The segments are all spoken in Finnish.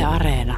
Areena.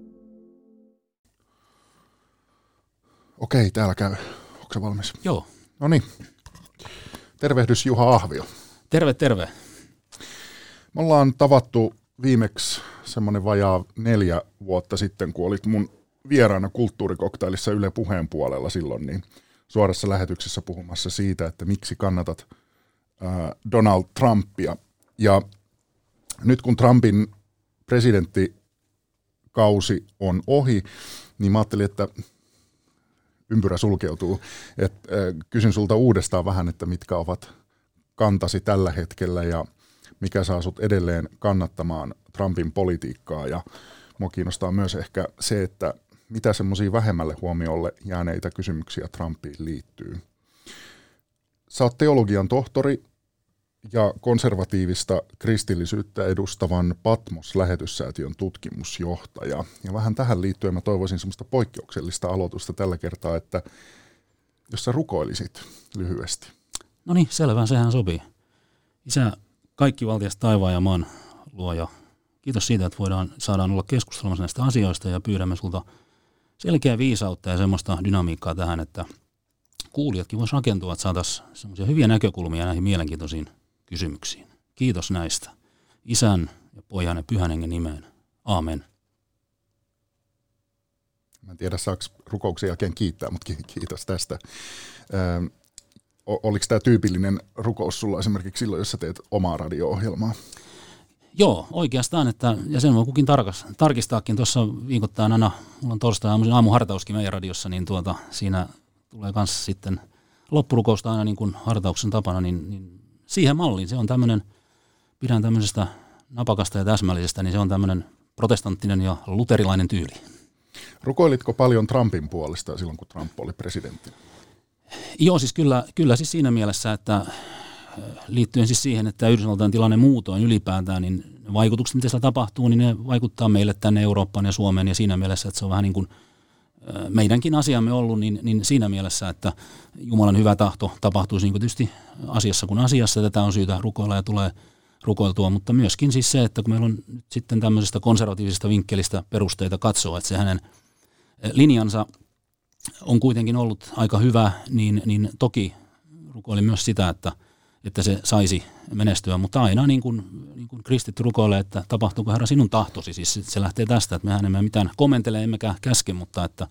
Okei, täällä käy. Onko se valmis? Joo. No niin. Tervehdys Juha Ahvio. Terve, terve. Me ollaan tavattu viimeksi semmoinen vajaa 4 vuotta sitten, kun olit mun vieraana kulttuurikoktailissa Yle Puheen puolella silloin, niin suorassa lähetyksessä puhumassa siitä, että miksi kannatat Donald Trumpia. Ja nyt kun Trumpin presidenttikausi on ohi, niin mä ajattelin, että ympyrä sulkeutuu. Kysyn sulta uudestaan vähän, että mitkä ovat kantasi tällä hetkellä ja mikä saa sut edelleen kannattamaan Trumpin politiikkaa. Ja mua kiinnostaa myös ehkä se, että mitä semmoisia vähemmälle huomiolle jääneitä kysymyksiä Trumpiin liittyy. Sä oot teologian tohtori ja konservatiivista kristillisyyttä edustavan Patmos-lähetyssäätiön tutkimusjohtaja. Ja vähän tähän liittyen mä toivoisin semmoista poikkeuksellista aloitusta tällä kertaa, että jos sä rukoilisit lyhyesti. No niin, selvä, sehän sopii. Isä, kaikki valtias taivaan ja maan luoja. Kiitos siitä, että saadaan olla keskustelemassa näistä asioista ja pyydämme sulta selkeää viisautta ja semmoista dynamiikkaa tähän, että kuulijatkin vois rakentua, että saataisiin semmoisia hyviä näkökulmia näihin mielenkiintoisiin kysymyksiin. Kiitos näistä. Isän ja Pojan ja Pyhän Hengen nimeen. Aamen. Mä en tiedä, saako rukouksen jälkeen kiittää, mutta kiitos tästä. Oliko tämä tyypillinen rukous sulla esimerkiksi silloin, jos sä teet omaa radio-ohjelmaa? Joo, oikeastaan, ja sen voi kukin tarkistaakin. Tuossa viikoittain aina, mulla on torstai-aamuisin aamuhartauskin meidän radiossa, niin siinä tulee myös sitten loppurukousta aina niin kuin hartauksen tapana, niin siihen malliin. Se on tämmöinen, pidän tämmöisestä napakasta ja täsmällisestä, niin se on tämmöinen protestanttinen ja luterilainen tyyli. Rukoilitko paljon Trumpin puolesta silloin, kun Trump oli presidentti? Joo, siis kyllä siis siinä mielessä, että liittyen siis siihen, että Yhdysvaltain tilanne muutoin ylipäätään, niin vaikutukset, mitä siellä tapahtuu, niin ne vaikuttaa meille tänne Eurooppaan ja Suomeen, ja siinä mielessä, että se on vähän niin kuin meidänkin asiamme ollut, niin siinä mielessä, että Jumalan hyvä tahto tapahtuisi niin kuin tietysti asiassa kuin asiassa, tätä on syytä rukoilla ja tulee rukoiltua, mutta myöskin siis se, että kun meillä on nyt sitten tämmöisestä konservatiivisesta vinkkelistä perusteita katsoa, että se hänen linjansa on kuitenkin ollut aika hyvä, niin toki rukoilin myös sitä, että se saisi menestyä, mutta aina niin kuin kristitty rukoilee, että tapahtuuko Herra sinun tahtosi, siis se lähtee tästä, että mehän emme mitään komentele emmekä käske, mutta että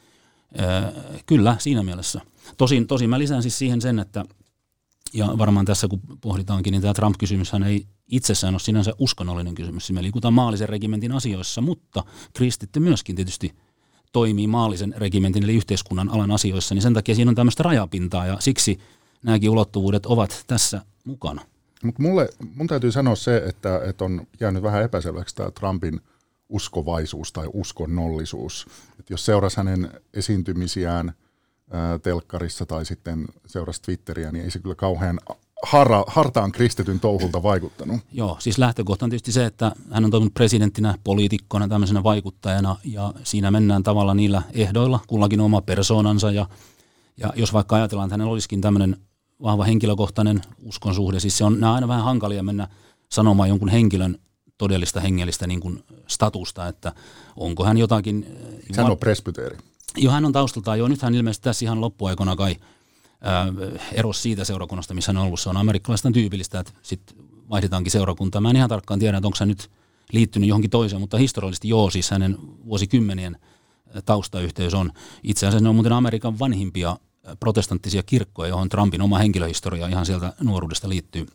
kyllä siinä mielessä. Tosin mä lisään siis siihen sen, että ja varmaan tässä kun pohditaankin, niin tämä Trump-kysymyshän ei itsessään ole sinänsä uskonnollinen kysymys, me liikutaan maallisen regimentin asioissa, mutta kristitty myöskin tietysti toimii maallisen regimentin eli yhteiskunnan alan asioissa, niin sen takia siinä on tämmöistä rajapintaa ja siksi nämäkin ulottuvuudet ovat tässä mukana. Mutta mun täytyy sanoa se, että on jäänyt vähän epäselväksi tämä Trumpin uskovaisuus tai uskonnollisuus. Et jos seurasi hänen esiintymisiään telkkarissa tai sitten seurasi Twitteriä, niin ei se kyllä kauhean hartaan kristityn touhulta vaikuttanut. Joo, siis lähtökohta on tietysti se, että hän on toiminut presidenttinä, poliitikkona, tämmöisenä vaikuttajana ja siinä mennään tavallaan niillä ehdoilla, kullakin oma persoonansa ja jos vaikka ajatellaan, että hänellä olisikin tämmöinen vahva henkilökohtainen uskonsuhde, siis nämä on aina vähän hankalia mennä sanomaan jonkun henkilön todellista hengellistä niin kuin statusta, että onko hän jotakin. Hän on presbyteeri. Joo, hän on taustaltaan. Joo, nyt hän ilmeisesti tässä ihan loppuaikana kai erosi siitä seurakunnasta, missä hän on ollut. Se on amerikkalaisten tyypillistä, että sitten vaihdetaankin seurakuntaa. Mä en ihan tarkkaan tiedä, että onko hän nyt liittynyt johonkin toiseen, mutta historiallisesti joo, siis hänen vuosikymmenien taustayhteys on. Itse asiassa ne on muuten Amerikan vanhimpia protestanttisia kirkkoja, johon Trumpin oma henkilöhistoria ihan sieltä nuoruudesta liittyy.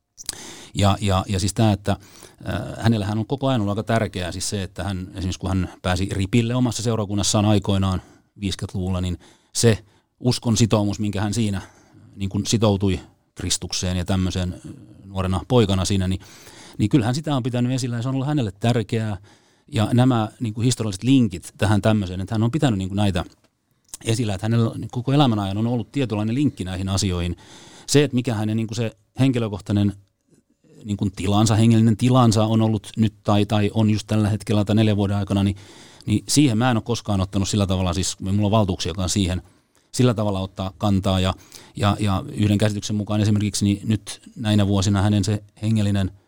Ja siis tämä, että hänellähän on koko ajan ollut aika tärkeää siis se, että hän esimerkiksi kun hän pääsi ripille omassa seurakunnassaan aikoinaan 50-luvulla, niin se uskon sitoumus, minkä hän siinä niin kuin sitoutui Kristukseen ja tämmöiseen nuorena poikana siinä, niin kyllähän sitä on pitänyt esillä ja se on ollut hänelle tärkeää. Ja nämä niin kuin historialliset linkit tähän tämmöiseen, että hän on pitänyt niin kuin näitä esillä, että hänellä koko elämän ajan on ollut tietynlainen linkki näihin asioihin. Se, että mikä hänen niin kuin se henkilökohtainen niin kuin tilansa, hengellinen tilansa on ollut nyt tai on just tällä hetkellä tai 4 vuoden aikana, niin siihen mä en ole koskaan ottanut sillä tavalla, siis mulla on valtuuksiakaan siihen sillä tavalla ottaa kantaa ja yhden käsityksen mukaan esimerkiksi niin nyt näinä vuosina hänen se hengellinen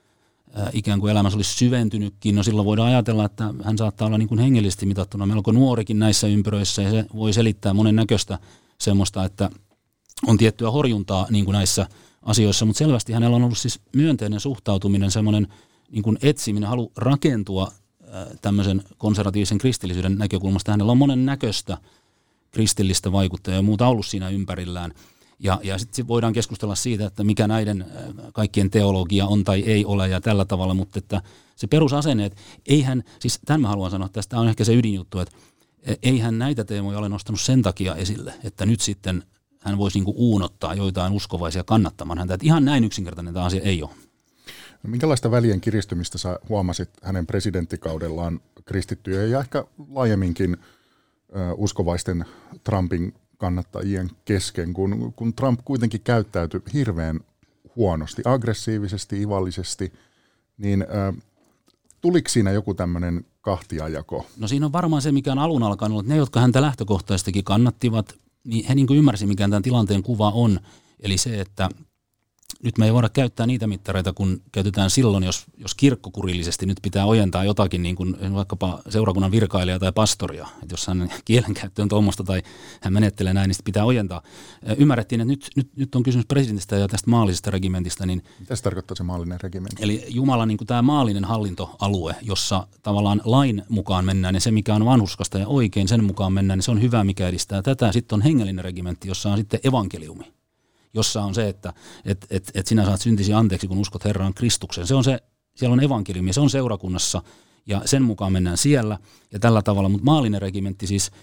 ikään kuin elämässä olisi syventynytkin. No silloin voidaan ajatella, että hän saattaa olla niin kuin hengellisesti mitattuna melko nuorikin näissä ympyröissä, ja se voi selittää monen näköistä semmoista, että on tiettyä horjuntaa niin kuin näissä asioissa, mutta selvästi hänellä on ollut siis myönteinen suhtautuminen, semmoinen niin kuin etsiminen, halu rakentua tämmöisen konservatiivisen kristillisyyden näkökulmasta. Hänellä on monen näköistä kristillistä vaikuttajaa ja muuta ollut siinä ympärillään. Ja sitten voidaan keskustella siitä, että mikä näiden kaikkien teologia on tai ei ole ja tällä tavalla, mutta että se perusasenne, että eihän, siis tämän mä haluan sanoa, että tästä on ehkä se ydinjuttu, että eihän näitä teemoja ole nostanut sen takia esille, että nyt sitten hän voisi niinku uunottaa joitain uskovaisia kannattamaan häntä. Että ihan näin yksinkertainen tämä asia ei ole. No, minkälaista välien kiristymistä sä huomasit hänen presidenttikaudellaan kristittyjä ja ehkä laajemminkin uskovaisten Trumpin kannattajien kesken, kun Trump kuitenkin käyttäytyi hirveän huonosti, aggressiivisesti, ivallisesti, niin tuliko siinä joku tämmöinen kahtiajako? No siinä on varmaan se, mikä on alun alkaen ollut. Ne, jotka häntä lähtökohtaisestikin kannattivat, niin he niin kuin ymmärsivät, mikä tämän tilanteen kuva on. Eli se, että nyt me ei voida käyttää niitä mittareita, kun käytetään silloin, jos kirkkokurillisesti nyt pitää ojentaa jotakin, niin kuin vaikkapa seurakunnan virkailijaa tai pastoria. Että jos hän kielenkäyttö on tuommoista tai hän menettelee näin, niin sitten pitää ojentaa. Ymmärrettiin, että nyt on kysymys presidentistä ja tästä maallisesta regimentistä. Niin, mitä se tarkoittaa se maallinen regimentti? Eli Jumalan niin kuin tämä maallinen hallintoalue, jossa tavallaan lain mukaan mennään ja se, mikä on vanhurskasta ja oikein, sen mukaan mennään, niin se on hyvä, mikä edistää tätä. Sitten on hengellinen regimentti, jossa on sitten evankeliumi, jossa on se, että sinä saat syntisi anteeksi, kun uskot Herraan Kristuksen. Siellä on evankeliumi, se on seurakunnassa, ja sen mukaan mennään siellä, ja tällä tavalla. Mutta maallinen regimentti siis,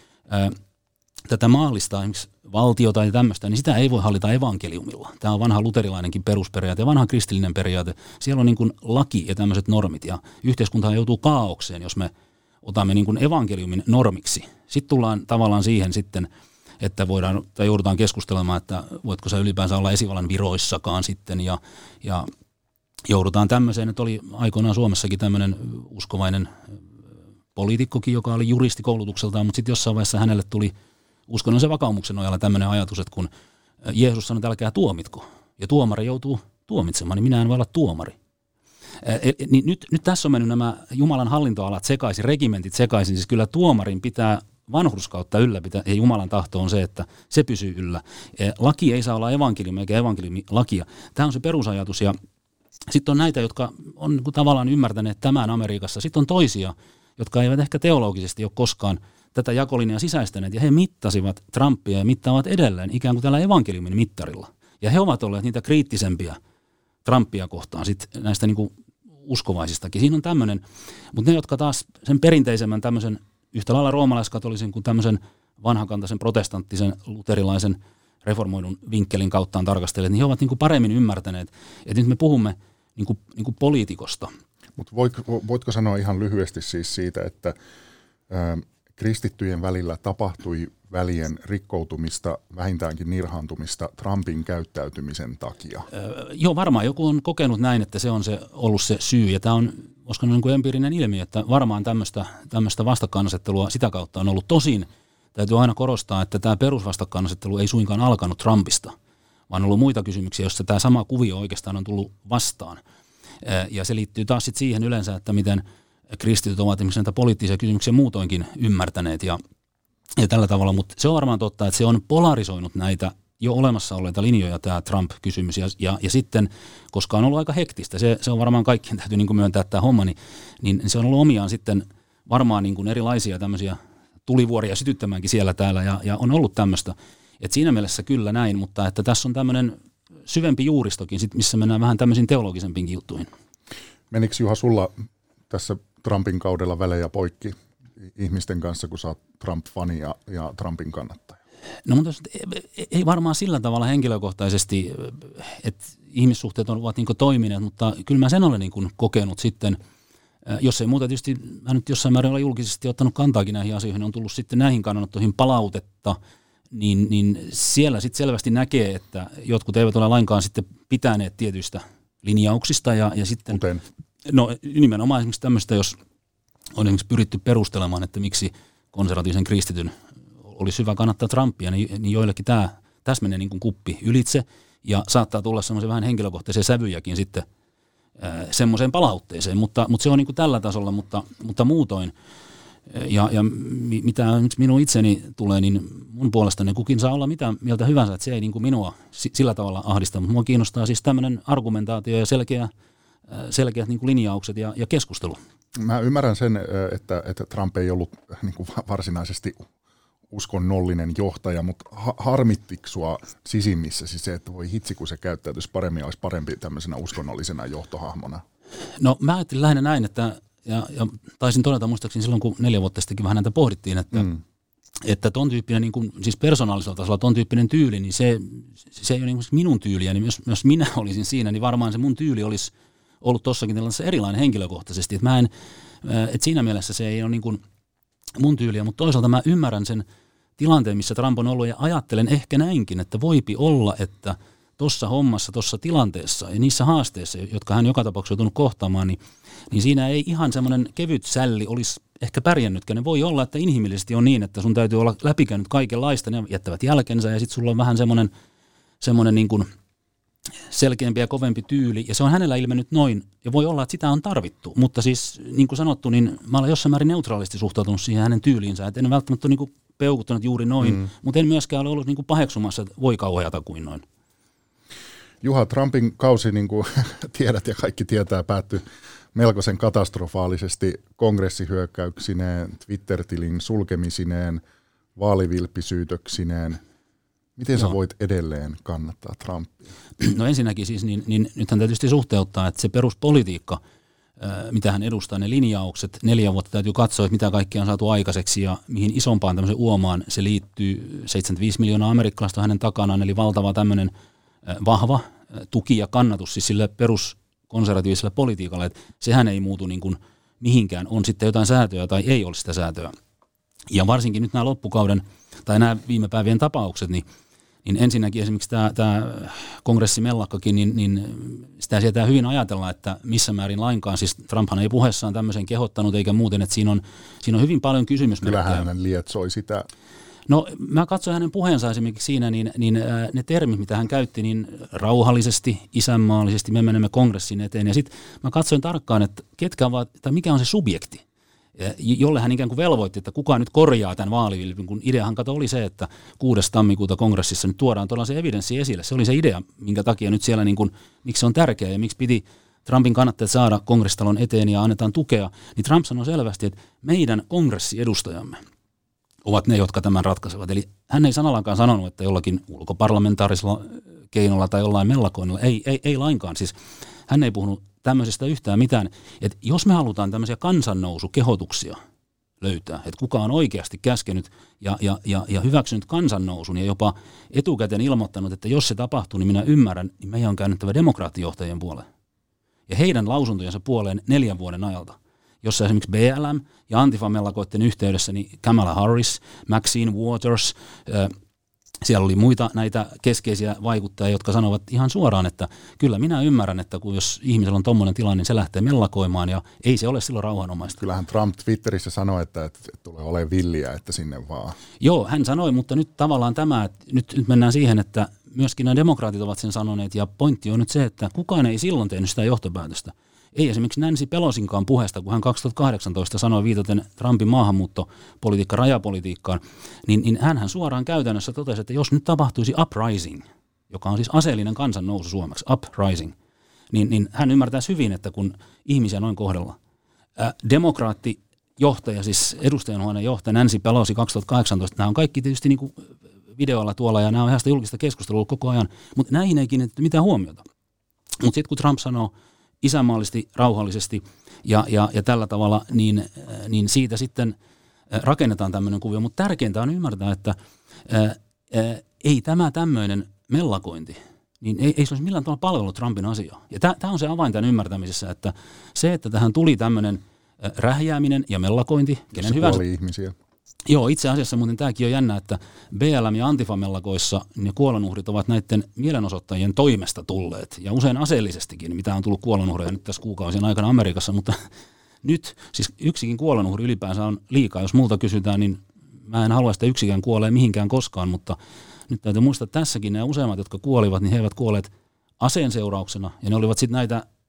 tätä maallista esimerkiksi valtiota ja tämmöistä, niin sitä ei voi hallita evankeliumilla. Tämä on vanha luterilainenkin perusperiaate, vanha kristillinen periaate. Siellä on niin kuin laki ja tämmöiset normit, ja yhteiskuntahan joutuu kaaukseen, jos me otamme niin kuin evankeliumin normiksi. Sitten tullaan tavallaan siihen sitten, että joudutaan keskustelemaan, että voitko sä ylipäänsä olla esivallan viroissakaan sitten, ja joudutaan tämmöiseen, että oli aikoinaan Suomessakin tämmöinen uskovainen poliitikkokin, joka oli juristikoulutukseltaan, mutta sitten jossain vaiheessa hänelle tuli uskonnollisen vakaumuksen nojalla tämmöinen ajatus, että kun Jeesus sanoi, että älkää tuomitko, ja tuomari joutuu tuomitsemaan, niin minä en voi olla tuomari. Niin nyt tässä on mennyt nämä Jumalan hallintoalat sekaisin, regimentit sekaisin, siis kyllä tuomarin pitää vanhurskautta ylläpitää, ja Jumalan tahto on se, että se pysyy yllä. Laki ei saa olla evankeliumi eikä evankeliumi lakia. Tämä on se perusajatus, ja sitten on näitä, jotka on tavallaan ymmärtäneet tämän Amerikassa. Sitten on toisia, jotka eivät ehkä teologisesti ole koskaan tätä jakolinjaa sisäistäneet, ja he mittasivat Trumpia ja mittaavat edelleen ikään kuin tällä evankeliumin mittarilla. Ja he ovat olleet niitä kriittisempiä Trumpia kohtaan sitten näistä niin kuin uskovaisistakin. Siinä on tämmöinen, mutta ne, jotka taas sen perinteisemmän tämmöisen yhtä lailla roomalaiskatolisen kuin tämmöisen vanhakantaisen protestanttisen luterilaisen reformoidun vinkkelin kauttaan tarkastelleet, niin he ovat niin kuin paremmin ymmärtäneet, että nyt me puhumme niin kuin poliitikosta. Mutta voitko sanoa ihan lyhyesti siis siitä, että kristittyjen välillä tapahtui välien rikkoutumista, vähintäänkin nirhaantumista Trumpin käyttäytymisen takia? Joo, varmaan joku on kokenut näin, että se on ollut se syy, ja tämä on niin kuin empiirinen ilmiö, että varmaan tämmöistä vastakkainasettelua sitä kautta on ollut. Tosin täytyy aina korostaa, että tämä perusvastakkainasettelu ei suinkaan alkanut Trumpista, vaan on ollut muita kysymyksiä, joissa tämä sama kuvio oikeastaan on tullut vastaan. Ja se liittyy taas sit siihen yleensä, että miten kristityt ovat esimerkiksi näitä poliittisia kysymyksiä muutoinkin ymmärtäneet ja tällä tavalla, mutta se on varmaan totta, että se on polarisoinut näitä jo olemassa olleita linjoja tämä Trump-kysymys ja sitten, koska on ollut aika hektistä, se on varmaan kaikkien täytyy niin kuin myöntää tämä homma, niin se on ollut omiaan sitten varmaan niin kuin erilaisia tämmöisiä tulivuoria sytyttämäänkin siellä täällä ja on ollut tämmöistä, että siinä mielessä kyllä näin, mutta että tässä on tämmöinen syvempi juuristokin, sit, missä mennään vähän tämmöisiin teologisempiinkin juttuihin. Menikö Juha sulla tässä Trumpin kaudella välejä poikki ihmisten kanssa, kun sä oot Trump-fani ja Trumpin kannattaja? No mutta ei varmaan sillä tavalla henkilökohtaisesti, että ihmissuhteet ovat niin kuin toimineet, mutta kyllä mä sen olen niin kuin kokenut sitten, jos ei muuta tietysti, mä nyt jossain määrin olen julkisesti ottanut kantaakin näihin asioihin, on tullut sitten näihin kannanottoihin palautetta, niin siellä sitten selvästi näkee, että jotkut eivät ole lainkaan sitten pitäneet tietyistä linjauksista ja sitten... Kuten? No nimenomaan esimerkiksi tämmöistä, jos on esimerkiksi pyritty perustelemaan, että miksi konservatiivisen kristityn olisi hyvä kannattaa Trumpia, niin joillekin tässä menee niin kuin kuppi ylitse ja saattaa tulla semmoisia vähän henkilökohtaisia sävyjäkin sitten semmoiseen palautteeseen, mutta se on niin kuin tällä tasolla, mutta muutoin. Ja mitä minun itseni tulee, niin mun puolestani kukin saa olla mitä mieltä hyvänsä, että se ei niin kuin minua sillä tavalla ahdista, mutta minua kiinnostaa siis tämmöinen argumentaatio ja selkeät niin kuin linjaukset ja keskustelu. Mä ymmärrän sen, että Trump ei ollut niin kuin varsinaisesti uskonnollinen johtaja, mutta harmittiko sua sisimmissäsi se, että voi hitsi, kun se käyttäytyisi paremmin ja olisi parempi tämmöisenä uskonnollisena johtohahmona? No mä ajattelin lähinnä näin, että ja taisin todeta muistaakseni silloin, kun 4 vuotta sittenkin vähän näitä pohdittiin, että ton tyyppinen, niin kuin, siis persoonallisella tasolla ton tyyppinen tyyli, niin se ei ole niin minun tyyliä, niin jos minä olisin siinä, niin varmaan se mun tyyli olisi ollut tossakin tilanteessa erilainen henkilökohtaisesti. Että siinä mielessä se ei ole niin kuin mun tyyliä, mutta toisaalta mä ymmärrän sen tilanteen, missä Trump on ollut, ja ajattelen ehkä näinkin, että voipi olla, että tuossa hommassa, tuossa tilanteessa ja niissä haasteissa, jotka hän joka tapauksessa on joutunut kohtaamaan, niin siinä ei ihan semmoinen kevyt sälli olisi ehkä pärjännytkään. Ne voi olla, että inhimillisesti on niin, että sun täytyy olla läpikäynyt kaikenlaista, ne jättävät jälkensä ja sitten sulla on vähän semmoinen niin kuin selkeämpi ja kovempi tyyli, ja se on hänellä ilmennyt noin, ja voi olla, että sitä on tarvittu, mutta siis niin kuin sanottu, niin mä olen jossain määrin neutraalisti suhtautunut siihen hänen tyyliinsä, että en välttämättä ole niin kuin peukuttanut juuri noin, mutta en myöskään ole ollut niin kuin paheksumassa, että voi kauheata kuin noin. Juha, Trumpin kausi, niin kuin tiedät ja kaikki tietää, päättyi melkoisen katastrofaalisesti kongressihyökkäyksineen, Twitter-tilin sulkemisineen, vaalivilppisyytöksineen. Miten sä voit edelleen kannattaa Trumpia? No ensinnäkin siis, niin nythän tietysti suhteuttaa, että se peruspolitiikka, mitä hän edustaa, ne linjaukset, 4 vuotta täytyy katsoa, että mitä kaikkea on saatu aikaiseksi ja mihin isompaan tämmöisen uomaan se liittyy. 75 miljoonaa amerikkalaista hänen takanaan, eli valtava tämmöinen vahva tuki ja kannatus siis sille peruskonservatiiviselle politiikalle, että sehän ei muutu niin kuin mihinkään, on sitten jotain säätöä tai ei ole sitä säätöä. Ja varsinkin nyt nämä loppukauden tai nämä viime päivien tapaukset, niin ensinnäkin esimerkiksi tämä kongressimellakkakin, niin sitä sietää hyvin ajatella, että missä määrin lainkaan, siis Trumphan ei puheessaan tämmöisen kehottanut eikä muuten, että siinä on hyvin paljon kysymysmerkkejä. Kyllähän hän lietsoi sitä. No mä katsoin hänen puheensa esimerkiksi siinä, niin ne termit, mitä hän käytti, niin rauhallisesti, isänmaallisesti, me menemme kongressin eteen, ja sitten mä katsoin tarkkaan, että ketkä ovat, tai mikä on se subjekti, jolle hän ikään kuin velvoitti, että kukaan nyt korjaa tämän vaalivilpin, kun ideahan oli se, että 6. tammikuuta kongressissa nyt tuodaan todella se evidenssi esille. Se oli se idea, minkä takia nyt siellä, niin kuin, miksi se on tärkeää ja miksi piti Trumpin kannattajat saada kongressitalon eteen ja annetaan tukea, niin Trump sanoi selvästi, että meidän kongressiedustajamme ovat ne, jotka tämän ratkaisevat. Eli hän ei sanallakaan sanonut, että jollakin ulkoparlamentaarisella keinolla tai jollain mellakoinnilla, ei lainkaan. Siis hän ei puhunut tämmöisestä yhtään mitään, että jos me halutaan tämmöisiä kansannousukehotuksia löytää, että kuka on oikeasti käskenyt ja hyväksynyt kansannousun ja jopa etukäteen ilmoittanut, että jos se tapahtuu, niin minä ymmärrän, niin meidän on käännyttävä demokraattijohtajien puoleen. Ja heidän lausuntojensa puoleen 4 vuoden ajalta, jossa esimerkiksi BLM ja Antifa-mellakoiden yhteydessä, niin Kamala Harris, Maxine Waters, siellä oli muita näitä keskeisiä vaikuttajia, jotka sanovat ihan suoraan, että kyllä minä ymmärrän, että kun jos ihmisellä on tommoinen tilanne, niin se lähtee mellakoimaan ja ei se ole silloin rauhanomaista. Kyllähän Trump Twitterissä sanoi, että tulee olemaan villiä, että sinne vaan. Joo, hän sanoi, mutta nyt tavallaan tämä, että nyt mennään siihen, että myöskin nämä demokraatit ovat sen sanoneet ja pointti on nyt se, että kukaan ei silloin tehnyt sitä johtopäätöstä. Ei esimerkiksi Nancy Pelosinkaan puheesta, kun hän 2018 sanoi viitaten Trumpin maahanmuuttopolitiikka rajapolitiikkaan, niin hänhän suoraan käytännössä totesi, että jos nyt tapahtuisi uprising, joka on siis aseellinen kansannousu suomeksi, uprising, niin hän ymmärtäisi hyvin, että kun ihmisiä noin kohdella. Demokraattijohtaja, siis edustajanhuoneen johtaja Nancy Pelosi 2018, nämä on kaikki tietysti niin kuin videoilla tuolla ja nämä on ihan sitä julkista keskustelua koko ajan, mutta näihin ei kiinnitetty mitään huomiota. Mutta sitten kun Trump sanoo isänmaallisesti, rauhallisesti ja tällä tavalla, niin siitä sitten rakennetaan tämmöinen kuvio. Mutta tärkeintä on ymmärtää, että ei tämä tämmöinen mellakointi, niin ei se olisi millään tavalla palvellut Trumpin asiaa. Ja tämä on se avain tämän ymmärtämisessä, että se, että tähän tuli tämmöinen rähjääminen ja mellakointi, kenen hyvänsä. Ihmisiä. Joo, itse asiassa muuten tämäkin on jännä, että BLM ja Antifa-mellakoissa ne kuolonuhrit ovat näiden mielenosoittajien toimesta tulleet, ja usein aseellisestikin, mitä on tullut kuolonuhreja nyt tässä kuukausien aikana Amerikassa, mutta nyt siis yksikin kuolonuhri ylipäänsä on liikaa. Jos multa kysytään, niin mä en halua, että yksikään kuolee mihinkään koskaan, mutta nyt täytyy muistaa, että tässäkin ne useimmat, jotka kuolivat, niin he eivät kuolleet aseen seurauksena, ja ne olivat sitten näitä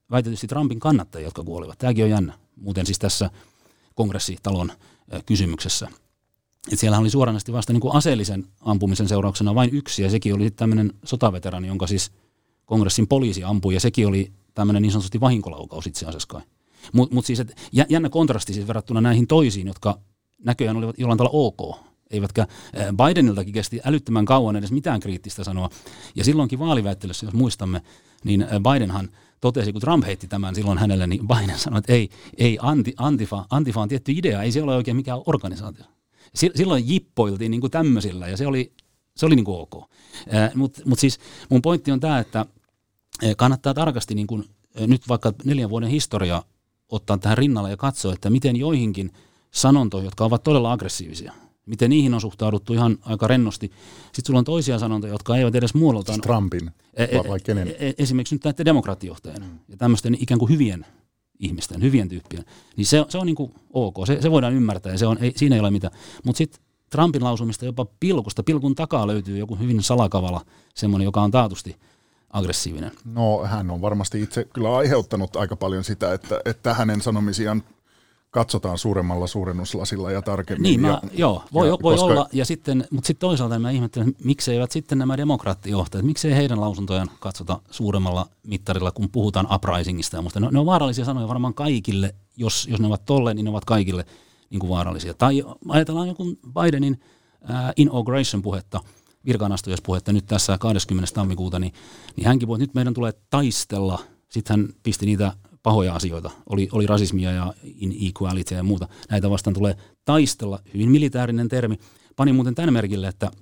väitetysti Trumpin kannattajia, jotka kuolivat. Tämäkin on jännä. Muuten siis tässä kongressitalon kysymyksessä. Et siellä oli suoranaisesti vasta niin kuin aseellisen ampumisen seurauksena vain yksi, ja sekin oli tämmöinen sotaveterani, jonka siis kongressin poliisi ampui, ja sekin oli tämmöinen niin sanotusti vahinkolaukaus itse asiassa kai. Mutta siis jännä kontrasti siis verrattuna näihin toisiin, jotka näköjään olivat jollain tavalla ok, eivätkä Bideniltakin kesti älyttömän kauan edes mitään kriittistä sanoa. Ja silloinkin vaaliväittelyssä, jos muistamme, niin Bidenhan totesi, kun Trump heitti tämän silloin hänelle, niin Biden sanoi, että ei Antifa on tietty idea, ei se ole oikein mikään organisaatio. Silloin jippoiltiin niin kuin tämmöisillä, ja se oli niin kuin ok. Mutta siis mun pointti on tämä, että kannattaa tarkasti niin kuin, nyt vaikka 4 vuoden historia ottaa tähän rinnalle ja katsoa, että miten joihinkin sanontoihin, jotka ovat todella aggressiivisia, miten niihin on suhtauduttu ihan aika rennosti. Sitten sulla on toisia sanontoja, jotka eivät edes muodoltaan... Trumpin, vai kenen? Esimerkiksi nyt näiden demokraattijohtajien ja tämmöisten ikään kuin hyvien ihmisten, hyvien tyyppien. Niin se on niin kuin ok, se voidaan ymmärtää ja siinä ei ole mitään. Mutta sitten Trumpin lausumista jopa pilkun takaa löytyy joku hyvin salakavala, semmoinen, joka on taatusti aggressiivinen. No hän on varmasti itse kyllä aiheuttanut aika paljon sitä, että hänen sanomisiaan katsotaan suuremmalla suurennuslasilla ja tarkemmin. Voi olla, mutta sitten toisaalta mä ihmettelen, mikseivät sitten nämä demokraattijohtajat, miksei heidän lausuntojaan katsota suuremmalla mittarilla, kun puhutaan uprisingista ja musta. Ne on vaarallisia sanoja varmaan kaikille, jos ne ovat tolleen, niin ne ovat kaikille niin kuin vaarallisia. Tai ajatellaan joku Bidenin inauguration-puhetta, virkaanastujaispuhetta nyt tässä 20. tammikuuta, niin hänkin puhui, että nyt meidän tulee taistella. Sitten hän pisti niitä pahoja asioita. Oli rasismia ja inequality ja muuta. Näitä vastaan tulee taistella. Hyvin militäärinen termi. Pani muuten tämän merkille, että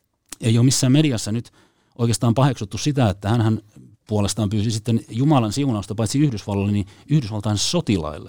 ei ole missään mediassa nyt oikeastaan paheksuttu sitä, että hän puolestaan pyysi sitten Jumalan siunausta paitsi Yhdysvalloille, niin Yhdysvaltain sotilaille.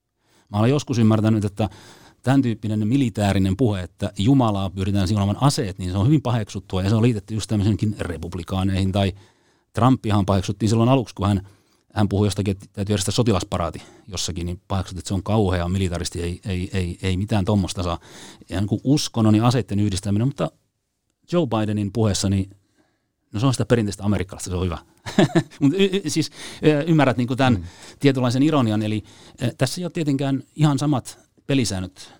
Mä olen joskus ymmärtänyt, että tämän tyyppinen militäärinen puhe, että Jumalaa pyritään siunaamaan aseet, niin se on hyvin paheksuttua ja se on liitetty just tämmöisenkin republikaaneihin tai Trumpihan paheksuttiin silloin aluksi, kun hän puhui jostakin, että täytyy järjestää sotilasparaati jossakin, niin paheksut, että se on kauhea militaristi, ei mitään tuommoista saa. Ja niin kuin uskonnon ja aseiden yhdistäminen, mutta Joe Bidenin puheessa, niin no se on sitä perinteistä amerikkalaista, se on hyvä. Mutta siis ymmärrät niin kuin tämän tietynlaisen ironian, eli tässä ei ole tietenkään ihan samat pelisäännöt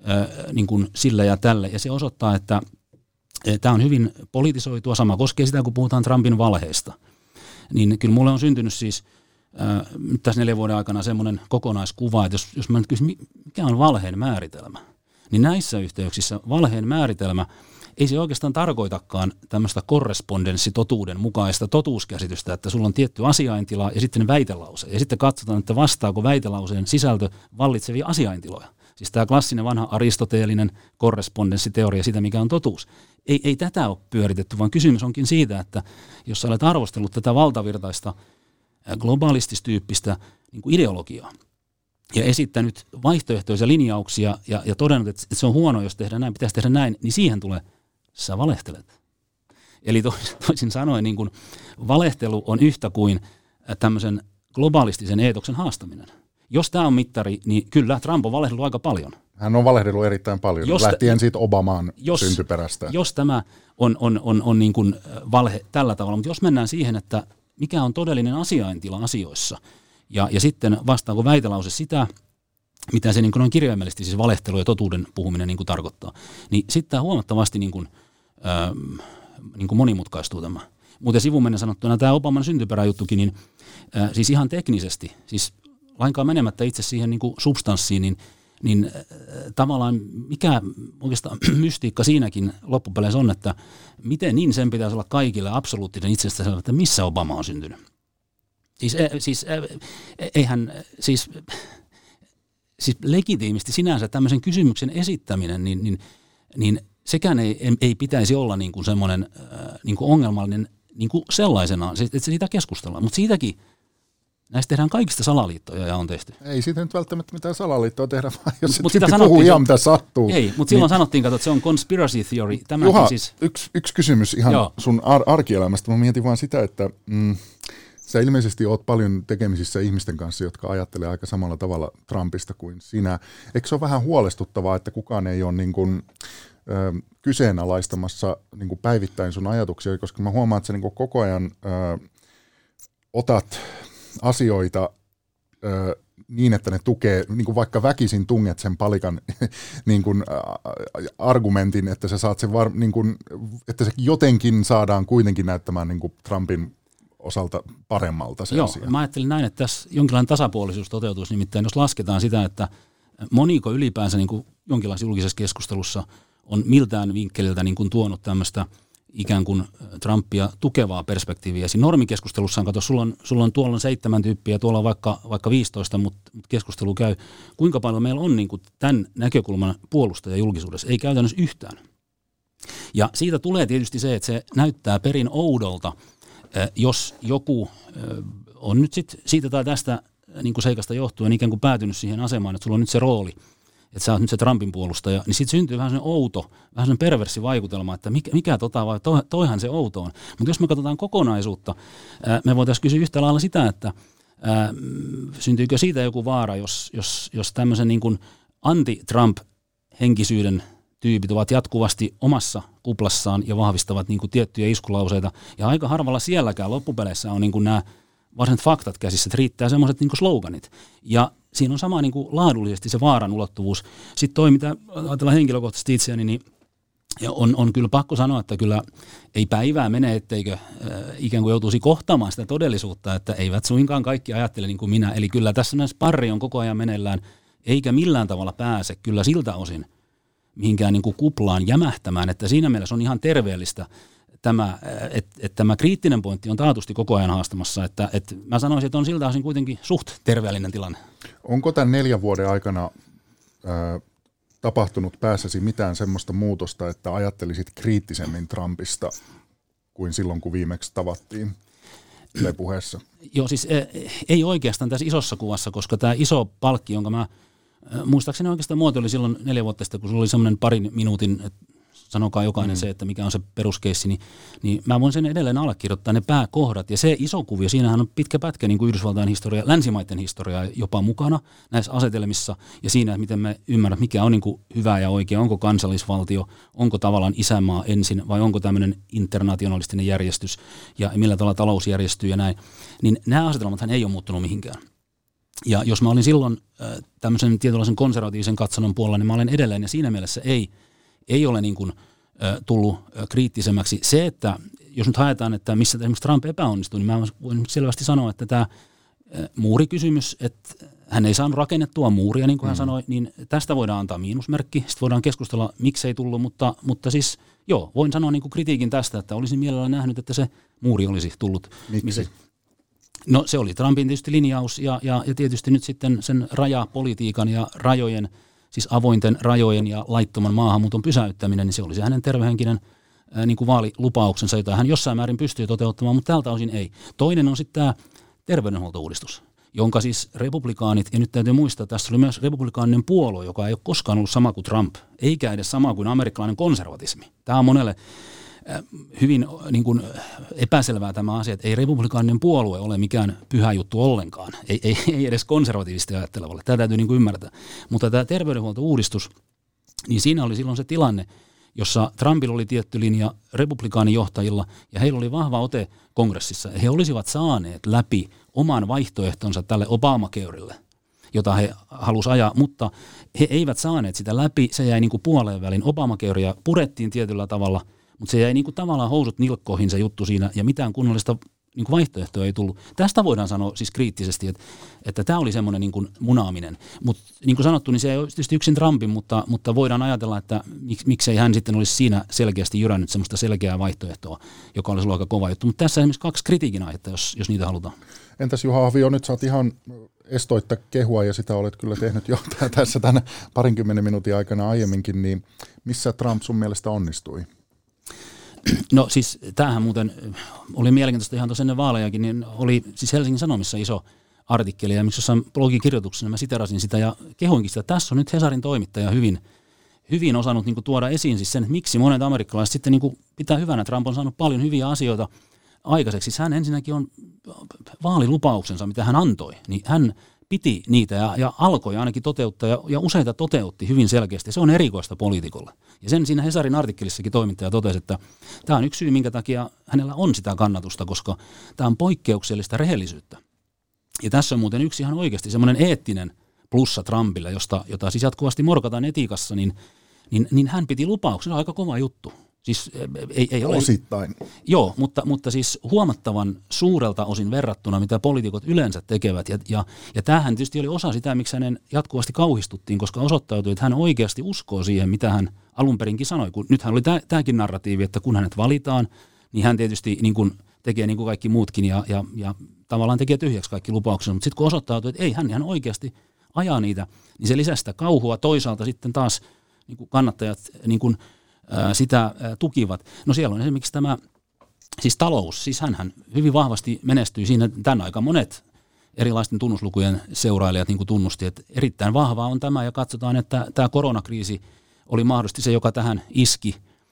niin kuin sillä ja tälle, ja se osoittaa, että tämä on hyvin politisoitua, sama koskee sitä, kun puhutaan Trumpin valheista. Niin kyllä mulle on syntynyt siis nyt tässä 4 vuoden aikana semmoinen kokonaiskuva, että jos mä nyt kysyn, mikä on valheen määritelmä, niin näissä yhteyksissä valheen määritelmä ei se oikeastaan tarkoitakaan tämmöistä korrespondenssitotuuden mukaista totuuskäsitystä, että sulla on tietty asiaintila ja sitten väitelause. Ja sitten katsotaan, että vastaako väitelauseen sisältö vallitsevia asiaintiloja. Siis tämä klassinen vanha aristoteellinen korrespondenssiteoria siitä, mikä on totuus. Ei tätä ole pyöritetty, vaan kysymys onkin siitä, että jos sä olet arvostellut tätä valtavirtaista globaalististyyppistä niin kuin ideologiaa ja esittänyt vaihtoehtoisia linjauksia ja todennut, että se on huono, jos tehdään näin, pitäisi tehdä näin, niin siihen tulee, sä valehtelet. Eli toisin sanoen niin kuin valehtelu on yhtä kuin tämmöisen globalistisen eetoksen haastaminen. Jos tämä on mittari, niin kyllä Trump on valehdellut aika paljon. Hän on valehdellut erittäin paljon, lähtien siitä Obamaan syntyperästä. Jos tämä on niin kuin valhe tällä tavalla, mutta jos mennään siihen, että mikä on todellinen asiaintila asioissa, ja sitten vastaako väitelause sitä, mitä se niin kuin on kirjaimellisesti, siis valehtelu ja totuuden puhuminen niin kuin tarkoittaa, niin sitten tämä huomattavasti niin kuin monimutkaistuu tämä. Muuten sivumennen sanottuna tämä Obaman syntyperäjuttukin, niin siis ihan teknisesti, siis lainkaan menemättä itse siihen niin kuin substanssiin, niin tavallaan mikä oikeastaan mystiikka siinäkin loppupeleissä on, että miten niin sen pitäisi olla kaikille absoluuttinen itsestään, että missä Obama on syntynyt. Siis legitiimisti sinänsä tämmöisen kysymyksen esittäminen, niin sekään ei pitäisi olla niin kuin semmoinen niin kuin ongelmallinen niin kuin sellaisenaan, että siitä keskustellaan, mutta siitäkin näistä tehdään kaikista salaliittoja ja on tehty. Ei siitä nyt välttämättä mitään salaliittoa tehdä, vaan jos se puhuu ihan mitä sattuu. Ei, mutta silloin sanottiin, että se on conspiracy theory. Juha, siis yksi kysymys ihan sun arkielämästä. Mä mietin vaan sitä, että sä ilmeisesti oot paljon tekemisissä ihmisten kanssa, jotka ajattelee aika samalla tavalla Trumpista kuin sinä. Eikö se ole vähän huolestuttavaa, että kukaan ei ole niin kuin kyseenalaistamassa niin kuin päivittäin sun ajatuksia, koska mä huomaan, että sä niin kuin koko ajan otat asioita niin, että ne tukee, niin kuin vaikka väkisin tunget sen palikan niin kuin, argumentin, että sä saat sen niin kuin, että se jotenkin saadaan kuitenkin näyttämään niin kuin Trumpin osalta paremmalta se asia. Mä ajattelin näin, että tässä jonkinlainen tasapuolisuus toteutuisi, nimittäin jos lasketaan sitä, että moniko ylipäänsä niin kuin jonkinlaisessa julkisessa keskustelussa on miltään vinkkeliltä niin kuin tuonut tämmöistä ikään kuin Trumpia tukevaa perspektiiviä. Siinä normikeskustelussa on, sulla on tuolla 7 tyyppiä, tuolla on vaikka 15, mutta keskustelu käy. Kuinka paljon meillä on niin kuin tämän näkökulman puolustaja julkisuudessa? Ei käytännössä yhtään. Ja siitä tulee tietysti se, että se näyttää perin oudolta, jos joku on nyt sit siitä tai tästä niin kuin seikasta johtuen ikään kuin päätynyt siihen asemaan, että sulla on nyt se rooli, että sä oot nyt se Trumpin puolustaja, niin sitten syntyy vähän sellainen outo, vähän sellainen perversi vaikutelma, että mikä vai toihan se outo on. Mutta jos me katsotaan kokonaisuutta, me voitaisiin kysyä yhtä lailla sitä, että syntyykö siitä joku vaara, jos tämmöisen niin kuin anti-Trump-henkisyyden tyypit ovat jatkuvasti omassa kuplassaan ja vahvistavat niin kuin tiettyjä iskulauseita, ja aika harvalla sielläkään loppupeleissä on niin kuin nämä varsinaiset faktat käsissä, että riittää semmoiset niin kuin sloganit. Ja siinä on sama niin kuin laadullisesti se vaaran ulottuvuus. Sitten toi, mitä ajatellaan henkilökohtaisesti itseäni, niin on kyllä pakko sanoa, että kyllä ei päivää mene, etteikö ikään kuin joutuisi kohtaamaan sitä todellisuutta, että eivät suinkaan kaikki ajattele niin kuin minä. Eli kyllä tässä sparri on koko ajan meneillään, eikä millään tavalla pääse kyllä siltä osin mihinkään niin kuin kuplaan jämähtämään, että siinä mielessä on ihan terveellistä että tämä kriittinen pointti on taatusti koko ajan haastamassa, että mä sanoisin, että on siltä osin kuitenkin suht terveellinen tilanne. Onko tämän 4 vuoden aikana tapahtunut päässäsi mitään semmoista muutosta, että ajattelisit kriittisemmin Trumpista kuin silloin, kun viimeksi tavattiin Yle-puheessa? Joo, siis ei oikeastaan tässä isossa kuvassa, koska tämä iso palkki, jonka mä muistaakseni oikeastaan muotoili silloin 4 vuotta sitten, kun sulla oli semmoinen parin minuutin, sanokaa jokainen se, että mikä on se peruskeissi, niin mä voin sen edelleen allekirjoittaa ne pääkohdat. Ja se iso kuvio, siinähän on pitkä pätkä niin kuin Yhdysvaltain historia, länsimaiden historiaa jopa mukana näissä asetelmissa ja siinä, miten me ymmärrämme, mikä on niin kuin hyvä ja oikea, onko kansallisvaltio, onko tavallaan isänmaa ensin vai onko tämmöinen internationalistinen järjestys ja millä tavalla talous järjestyy ja näin. Niin nämä asetelmathan ei ole muuttunut mihinkään. Ja jos mä olin silloin tämmöisen tietynlaisen konservatiivisen katsannon puolella, niin mä olen edelleen ja siinä mielessä ei ole niin kuin tullut kriittisemmäksi. Se, että jos nyt haetaan, että missä esimerkiksi Trump epäonnistui, niin mä voin selvästi sanoa, että tämä muurikysymys, että hän ei saanut rakennettua muuria, niin kuin hän sanoi, niin tästä voidaan antaa miinusmerkki. Sitten voidaan keskustella, miksei tullut, mutta siis joo, voin sanoa niin kuin kritiikin tästä, että olisin mielellä nähnyt, että se muuri olisi tullut. Miksi? No se oli Trumpin tietysti linjaus ja tietysti nyt sitten sen rajapolitiikan ja rajojen, siis avointen rajojen ja laittoman maahanmuuton pysäyttäminen, niin se oli se hänen tervehenkinen niin kuin vaalilupauksensa, jota hän jossain määrin pystyy toteuttamaan, mutta tältä osin ei. Toinen on sitten tämä terveydenhuoltouudistus, jonka siis republikaanit, ja nyt täytyy muistaa, että tässä oli myös republikaaninen puolue, joka ei ole koskaan ollut sama kuin Trump, eikä edes sama kuin amerikkalainen konservatismi. Tämä on monelle hyvin niin kuin epäselvää tämä asia, että ei republikaaninen puolue ole mikään pyhä juttu ollenkaan, ei edes konservatiivisesti ajattelevalle, tämä täytyy niin kuin ymmärtää. Mutta tämä terveydenhuoltouudistus, niin siinä oli silloin se tilanne, jossa Trumpilla oli tietty linja republikaanijohtajilla, ja heillä oli vahva ote kongressissa. He olisivat saaneet läpi oman vaihtoehtonsa tälle Obamacareille, jota he halusivat ajaa, mutta he eivät saaneet sitä läpi, se jäi niin kuin puoleen välin. Obamacarea purettiin tietyllä tavalla, mutta se jäi niin kuin tavallaan housut nilkkoihin se juttu siinä, ja mitään kunnollista niin kuin vaihtoehtoa ei tullut. Tästä voidaan sanoa siis kriittisesti, että tämä oli semmoinen niin kuin munaaminen. Mutta niin kuin sanottu, niin se ei ole tietysti yksin Trumpin, mutta voidaan ajatella, että miksei hän sitten olisi siinä selkeästi jyrännyt semmoista selkeää vaihtoehtoa, joka olisi ollut aika kova juttu. Mutta tässä esimerkiksi 2 kritiikin aihetta, jos niitä halutaan. Entäs Juha Ahvio, nyt saat ihan estoitta kehua, ja sitä olet kyllä tehnyt jo tässä tänä 20 minuutin aikana aiemminkin, niin missä Trump sun mielestä onnistui? No siis tämähän muuten oli mielenkiintoista ihan tuossa ennen vaalejakin, niin oli siis Helsingin Sanomissa iso artikkeli, ja miksi jossain blogikirjoituksena mä siterasin sitä ja kehoinkin sitä, että tässä on nyt Hesarin toimittaja hyvin osannut niin kuin tuoda esiin siis sen, että miksi monet amerikkalaiset sitten niin kuin pitää hyvänä, että Trump on saanut paljon hyviä asioita aikaiseksi. Hän ensinnäkin on vaalilupauksensa, mitä hän antoi, niin hän piti niitä ja alkoi ainakin toteuttaa ja useita toteutti hyvin selkeästi. Se on erikoista poliitikolle. Ja sen siinä Hesarin artikkelissakin toimittaja totesi, että tämä on yksi syy, minkä takia hänellä on sitä kannatusta, koska tämä on poikkeuksellista rehellisyyttä. Ja tässä on muuten yksi ihan oikeasti semmoinen eettinen plussa Trumpille, jota siis jatkuvasti morkataan etiikassa, niin hän piti lupauksen, aika kova juttu. Siis ei ole osittain. Joo, mutta siis huomattavan suurelta osin verrattuna, mitä poliitikot yleensä tekevät. Ja tämähän tietysti oli osa sitä, miksi hänen jatkuvasti kauhistuttiin, koska osoittautui, että hän oikeasti uskoo siihen, mitä hän alun perinkin sanoi. Nythän oli tämäkin narratiivi, että kun hänet valitaan, niin hän tietysti niin kuin tekee niin kuin kaikki muutkin ja tavallaan tekee tyhjäksi kaikki lupauksensa. Mutta sitten kun osoittautui, että ei, hän ihan oikeasti ajaa niitä, niin se lisää sitä kauhua. Toisaalta sitten taas niin kuin kannattajat niin kuin sitä tukivat. No siellä on esimerkiksi tämä, siis talous, siis hänhän hyvin vahvasti menestyi siinä, tämän aika monet erilaisten tunnuslukujen seurailijat niin kuin tunnusti, että erittäin vahvaa on tämä, ja katsotaan, että tämä koronakriisi oli mahdollisesti se, joka tähän iski,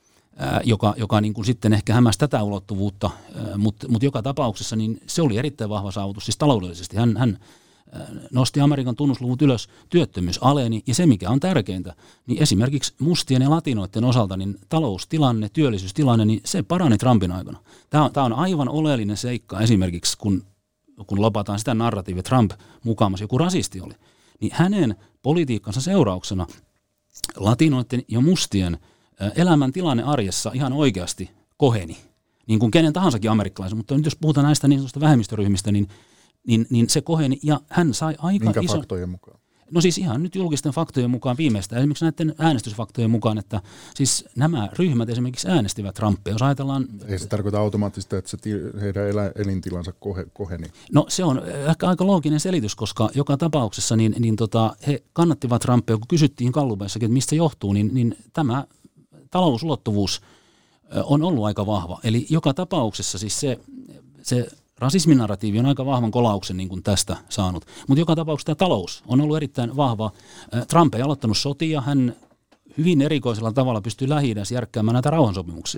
joka niin kuin sitten ehkä hämäsi tätä ulottuvuutta, mutta joka tapauksessa niin se oli erittäin vahva saavutus, siis taloudellisesti. Hän nosti Amerikan tunnusluvut ylös, työttömyys aleni, ja se mikä on tärkeintä, niin esimerkiksi mustien ja latinoiden osalta, niin taloustilanne, työllisyystilanne, niin se parani Trumpin aikana. Tämä on aivan oleellinen seikka esimerkiksi, kun lopataan sitä narratiivia, Trump mukaamassa joku rasisti oli, niin hänen politiikkansa seurauksena latinoiden ja mustien elämäntilanne arjessa ihan oikeasti koheni, niin kuin kenen tahansakin amerikkalaisen, mutta nyt jos puhutaan näistä niin sanotusta vähemmistöryhmistä, niin se koheni, ja hän sai aika Minkä faktojen mukaan? No siis ihan nyt julkisten faktojen mukaan viimeistä, esimerkiksi näiden äänestysfaktojen mukaan, että siis nämä ryhmät esimerkiksi äänestivät Trumpia, jos ajatellaan. Ei se tarkoita automaattisesti, että heidän elintilansa koheni. No se on ehkä aika looginen selitys, koska joka tapauksessa niin he kannattivat Trumpia, kun kysyttiin Gallupeissakin, että mistä se johtuu, niin tämä talousulottuvuus on ollut aika vahva. Eli joka tapauksessa siis se rasisminarratiivi on aika vahvan kolauksen niin kuin tästä saanut. Mutta joka tapauksessa tämä talous on ollut erittäin vahva. Trump ei aloittanut sotia, hän hyvin erikoisella tavalla pystyy Lähi-idässä järkkäämään näitä rauhansopimuksia.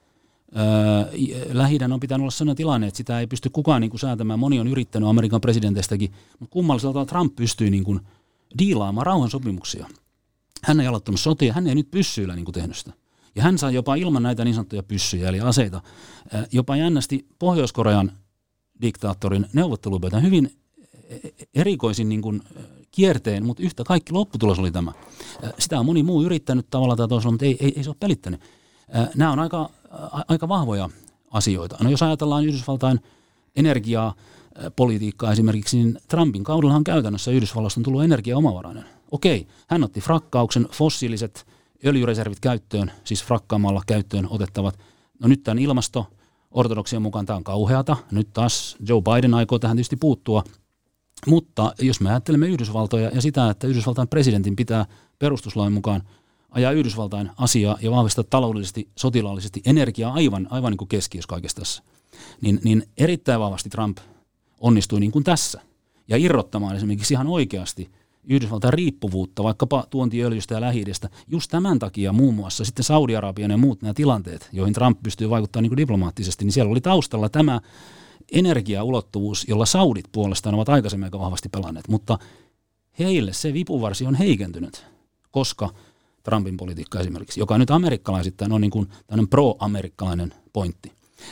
Lähi-idän on pitänyt olla sellainen tilanne, että sitä ei pysty kukaan niin kuin säätämään. Moni on yrittänyt Amerikan presidenteistäkin, mutta kummallisella tavalla Trump pystyy niin kuin diilaamaan rauhansopimuksia. Hän ei aloittanut sotia, hän ei nyt pyssyillä niin kuin tehnyt sitä. Ja hän sai jopa ilman näitä niin sanottuja pyssyjä, eli aseita, jopa jännästi Pohjois-Korean diktaattorin neuvottelupöytään hyvin erikoisin niin kuin kierteen, mutta yhtä kaikki lopputulos oli tämä. Sitä on moni muu yrittänyt tavalla tai toisella, mutta ei se ole pelittänyt. Nämä on aika vahvoja asioita. No jos ajatellaan Yhdysvaltain energiapolitiikkaa esimerkiksi, niin Trumpin kaudellahan käytännössä Yhdysvalloista on tullut energiaomavarainen. Okei, hän otti frakkauksen, fossiiliset öljyreservit käyttöön, siis frakkaamalla käyttöön otettavat. No nyt tämän ortodoksien mukaan tämä on kauheata. Nyt taas Joe Biden aikoo tähän tietysti puuttua. Mutta jos me ajattelemme Yhdysvaltoja ja sitä, että Yhdysvaltain presidentin pitää perustuslain mukaan ajaa Yhdysvaltain asiaa ja vahvistaa taloudellisesti, sotilaallisesti energiaa aivan niin kuin keskiössä kaikessa tässä, niin erittäin vahvasti Trump onnistui niin kuin tässä. Ja irrottamaan esimerkiksi ihan oikeasti Yhdysvaltain riippuvuutta vaikkapa tuontiöljystä ja Lähi-idästä. Just tämän takia muun muassa sitten Saudi-Arabian ja muut nämä tilanteet, joihin Trump pystyy vaikuttamaan niin kuin diplomaattisesti, niin siellä oli taustalla tämä energiaulottuvuus, jolla saudit puolestaan ovat aikaisemmin aika vahvasti pelanneet. Mutta heille se vipuvarsi on heikentynyt, koska Trumpin politiikka esimerkiksi, joka nyt amerikkalaisittain on niin kuin tämmöinen pro-amerikkalainen pointti.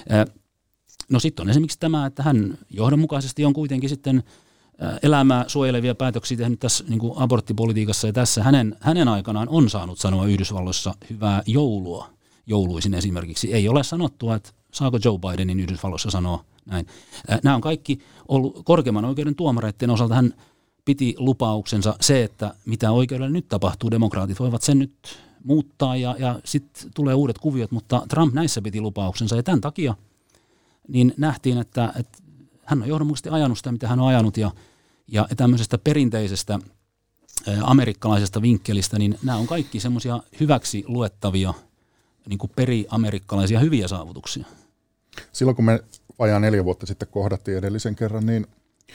No sitten on esimerkiksi tämä, että hän johdonmukaisesti on kuitenkin sitten elämää suojelevia päätöksiä tehnyt tässä niin kuin aborttipolitiikassa, ja tässä hänen aikanaan on saanut sanoa Yhdysvalloissa hyvää joulua jouluisin esimerkiksi. Ei ole sanottua, että saako Joe Bidenin Yhdysvalloissa sanoa näin. Nämä on kaikki ollut korkeimman oikeuden tuomareiden osalta. Hän piti lupauksensa se, että mitä oikeudelle nyt tapahtuu, demokraatit voivat sen nyt muuttaa ja sitten tulee uudet kuviot, mutta Trump näissä piti lupauksensa, ja tämän takia niin nähtiin, että hän on johdonmukaisesti ajanut sitä, mitä hän on ajanut, ja tämmöisestä perinteisestä amerikkalaisesta vinkkelistä, niin nämä on kaikki semmoisia hyväksi luettavia niin kuin periamerikkalaisia hyviä saavutuksia. Silloin kun me vajaa 4 vuotta sitten kohdattiin edellisen kerran, niin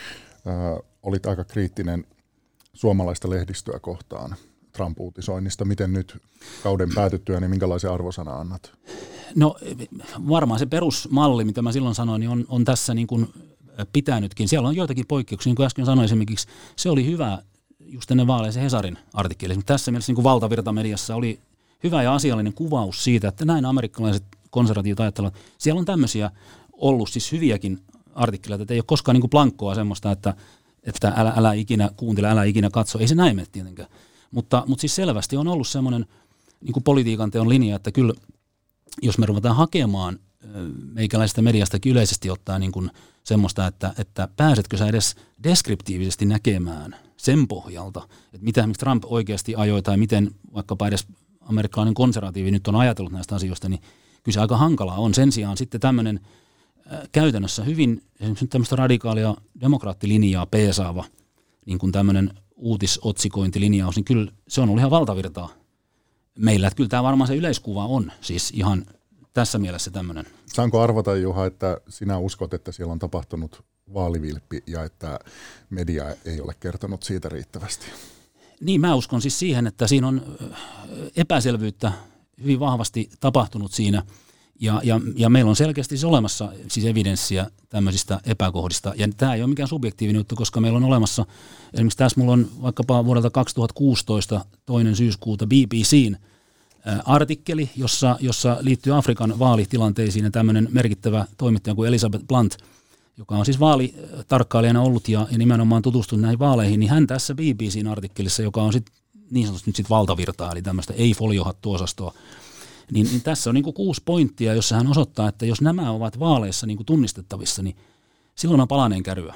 olit aika kriittinen suomalaista lehdistöä kohtaan Trump-uutisoinnista. Miten nyt kauden päätyttyä, niin minkälaisen arvosana annat? No varmaan se perusmalli, mitä mä silloin sanoin, niin on tässä niin kuin pitänytkin. Siellä on joitakin poikkeuksia, niin kuin äsken sanoin esimerkiksi, se oli hyvä just ennen vaaleja se Hesarin artikkeli. Tässä mielessä niin kuin valtavirtamediassa oli hyvä ja asiallinen kuvaus siitä, että näin amerikkalaiset konservatiivit ajattelevat. Siellä on tämmöisiä ollut siis hyviäkin artikkeleita, että ei ole koskaan niin kuin blankkoa semmoista, että älä ikinä kuuntele, älä ikinä katso. Ei se näin mene tietenkään. Mutta siis selvästi on ollut semmoinen niin kuin politiikan teon linja, että kyllä jos me ruvetaan hakemaan meikäläisestä mediasta yleisesti ottaa niin kuin semmoista, että pääsetkö sä edes deskriptiivisesti näkemään sen pohjalta, että mitä esimerkiksi Trump oikeasti ajoi tai miten vaikkapa edes amerikkalainen konservatiivi nyt on ajatellut näistä asioista, niin kyllä se aika hankalaa on. Sen sijaan sitten tämmöinen käytännössä hyvin esimerkiksi tämmöistä radikaalia demokraattilinjaa peesaava niin kuin tämmöinen uutisotsikointilinjaus, niin kyllä se on ollut ihan valtavirtaa meillä. Että kyllä tämä varmaan se yleiskuva on siis ihan tässä mielessä tämmöinen. Saanko arvata, Juha, että sinä uskot, että siellä on tapahtunut vaalivilppi ja että media ei ole kertonut siitä riittävästi? Niin, mä uskon siis siihen, että siinä on epäselvyyttä hyvin vahvasti tapahtunut siinä. Ja meillä on selkeästi siis olemassa siis evidenssiä tämmöisistä epäkohdista. Ja tämä ei ole mikään subjektiivinen juttu, koska meillä on olemassa, esimerkiksi tässä mulla on vaikkapa vuodelta 2016 2. syyskuuta BBC:n artikkeli, jossa liittyy Afrikan vaalitilanteisiin ja tämmöinen merkittävä toimittaja kuin Elizabeth Blunt, joka on siis vaalitarkkailijana ollut ja nimenomaan tutustunut näihin vaaleihin, niin hän tässä BBC:n artikkelissa, joka on sit niin sanotusti nyt sit valtavirtaa, eli tämmöistä ei-foliohattuosastoa, niin tässä on niin kuin 6 pointtia, jossa hän osoittaa, että jos nämä ovat vaaleissa niin kuin tunnistettavissa, niin silloin on palaneen käryä.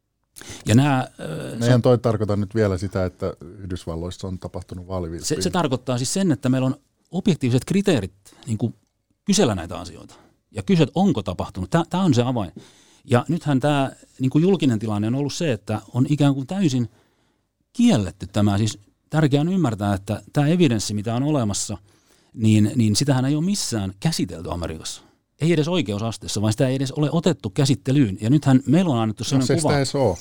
Ja Eihän toi tarkoita nyt vielä sitä, että Yhdysvalloissa on tapahtunut vaalivilppiä. Se tarkoittaa siis sen, että meillä on objektiiviset kriteerit niin kuin kysellä näitä asioita. Ja kysyä, onko tapahtunut. Tämä on se avain. Ja nythän tämä niin kuin julkinen tilanne on ollut se, että on ikään kuin täysin kielletty tämä. Siis tärkeää on ymmärtää, että tämä evidenssi, mitä on olemassa, niin sitähän ei ole missään käsitelty Amerikassa. Ei edes oikeusasteessa, vaan sitä ei edes ole otettu käsittelyyn. Ja nythän meillä on annettu sellainen kuva. Se edes ole.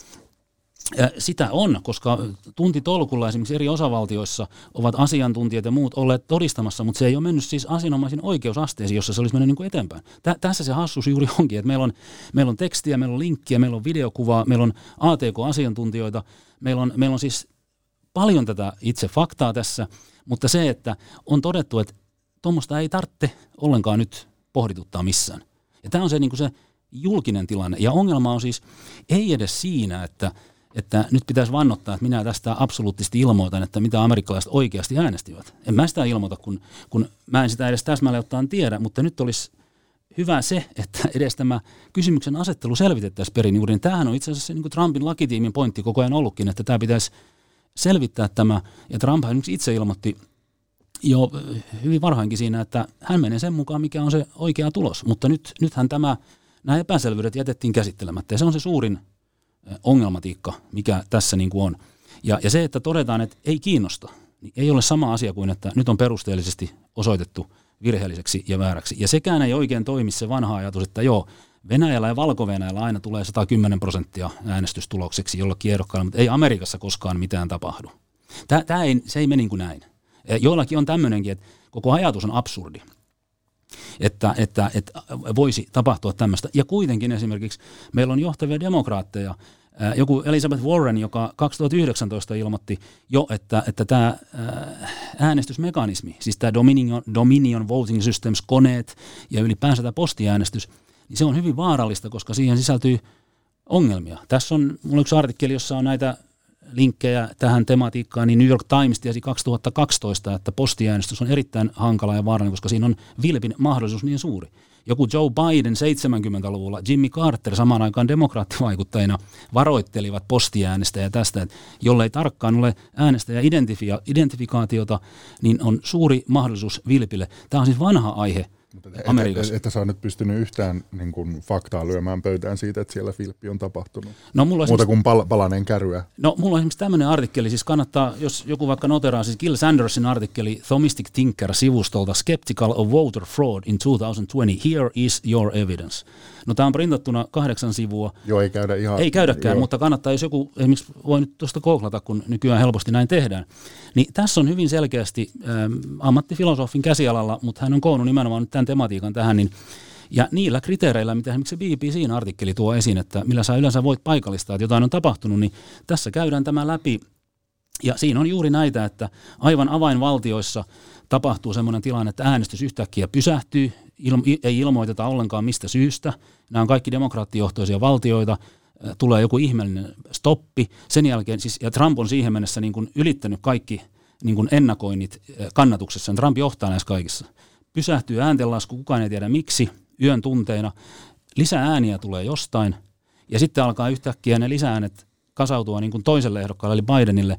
Sitä on, koska tuntitolkulla esimerkiksi eri osavaltioissa ovat asiantuntijat ja muut olleet todistamassa, mutta se ei ole mennyt siis asianomaisiin oikeusasteisiin, jossa se olisi mennyt niin kuin eteenpäin. Tässä se hassuus juuri onkin, että meillä on tekstiä, meillä on linkkiä, meillä on videokuvaa, meillä on ATK-asiantuntijoita, meillä on siis paljon tätä itse faktaa tässä, mutta se, että on todettu, että tuommoista ei tarvitse ollenkaan nyt pohdituttaa missään. Ja tämä on se, niin kuin se julkinen tilanne. Ja ongelma on siis ei edes siinä, että nyt pitäisi vannottaa, että minä tästä absoluuttisesti ilmoitan, että mitä amerikkalaiset oikeasti äänestivät. En mä sitä ilmoita, kun mä en sitä edes täsmälleen ottaen tiedä, mutta nyt olisi hyvä se, että edes tämä kysymyksen asettelu selvitettäisiin perin juuri. Tämähän on itse asiassa se niin kuin Trumpin lakitiimin pointti koko ajan ollutkin, että tämä pitäisi selvittää tämä. Ja Trump itse ilmoitti jo hyvin varhainkin siinä, että hän menee sen mukaan, mikä on se oikea tulos. Mutta nythän nämä epäselvyydet jätettiin käsittelemättä, ja se on se suurin ongelmatiikka, mikä tässä niin kuin on. Ja se, että todetaan, että ei kiinnosta, niin ei ole sama asia kuin, että nyt on perusteellisesti osoitettu virheelliseksi ja vääräksi. Ja sekään ei oikein toimi se vanha ajatus, että joo, Venäjällä ja Valko-Venäjällä aina tulee 110% äänestystulokseksi jollakin ehdokkaalla, mutta ei Amerikassa koskaan mitään tapahdu. Se ei mene niin kuin näin. Joillakin on tämmöinenkin, että koko ajatus on absurdi, että voisi tapahtua tämmöistä. Ja kuitenkin esimerkiksi meillä on johtavia demokraatteja, joku Elizabeth Warren, joka 2019 ilmoitti jo, että tämä äänestysmekanismi, siis tämä Dominion Voting Systems, koneet ja ylipäänsä tämä postiäänestys, niin se on hyvin vaarallista, koska siihen sisältyy ongelmia. Tässä on mulla yksi artikkeli, jossa on näitä linkkejä tähän tematiikkaan, niin New York Times tiesi 2012, että postiäänestys on erittäin hankala ja vaarallinen, koska siinä on vilpin mahdollisuus niin suuri. Joku Joe Biden 70-luvulla, Jimmy Carter samaan aikaan demokraattivaikuttajina varoittelivat postiäänestäjä tästä, että jollei tarkkaan ole äänestäjä identifikaatiota, niin on suuri mahdollisuus vilpille. Tämä on siis vanha aihe Amerikassa. Että sä oot nyt pystynyt yhtään niin kuin faktaa lyömään pöytään siitä, että siellä vilppi on tapahtunut. No, mulla muuta kuin palaneen käryä. No mulla on esimerkiksi tämmöinen artikkeli, siis kannattaa, jos joku vaikka noteraa, siis Gil Sandersin artikkeli Thomistic Thinker-sivustolta Skeptical of Voter Fraud in 2020, Here is your evidence. No tämä on printattuna 8 sivua. Joo, ei käydä ihan. Ei käydäkään, mutta kannattaa, jos joku esimerkiksi voi nyt tuosta googlata, kun nykyään helposti näin tehdään. Niin tässä on hyvin selkeästi ammattifilosofin käsialalla, mutta hän on koonnut nimenomaan nyt tämän tematiikan tähän, niin ja niillä kriteereillä, mitä esimerkiksi BBC:n artikkeli tuo esiin, että millä sä yleensä voit paikallistaa, että jotain on tapahtunut, niin tässä käydään tämä läpi. Ja siinä on juuri näitä, että aivan avainvaltioissa tapahtuu semmoinen tilanne, että äänestys yhtäkkiä pysähtyy ei ilmoiteta ollenkaan mistä syystä. Nämä on kaikki demokraattijohtoisia valtioita. Tulee joku ihmeellinen stoppi. Sen jälkeen, siis, ja Trump on siihen mennessä niin kuin ylittänyt kaikki niin kuin ennakoinnit kannatuksessa. Trump johtaa näissä kaikissa. Pysähtyy ääntenlasku, kukaan ei tiedä miksi, yön tunteina. Lisää ääniä tulee jostain, ja sitten alkaa yhtäkkiä ne lisääänet kasautua niin kuin toiselle ehdokkaalle, eli Bidenille.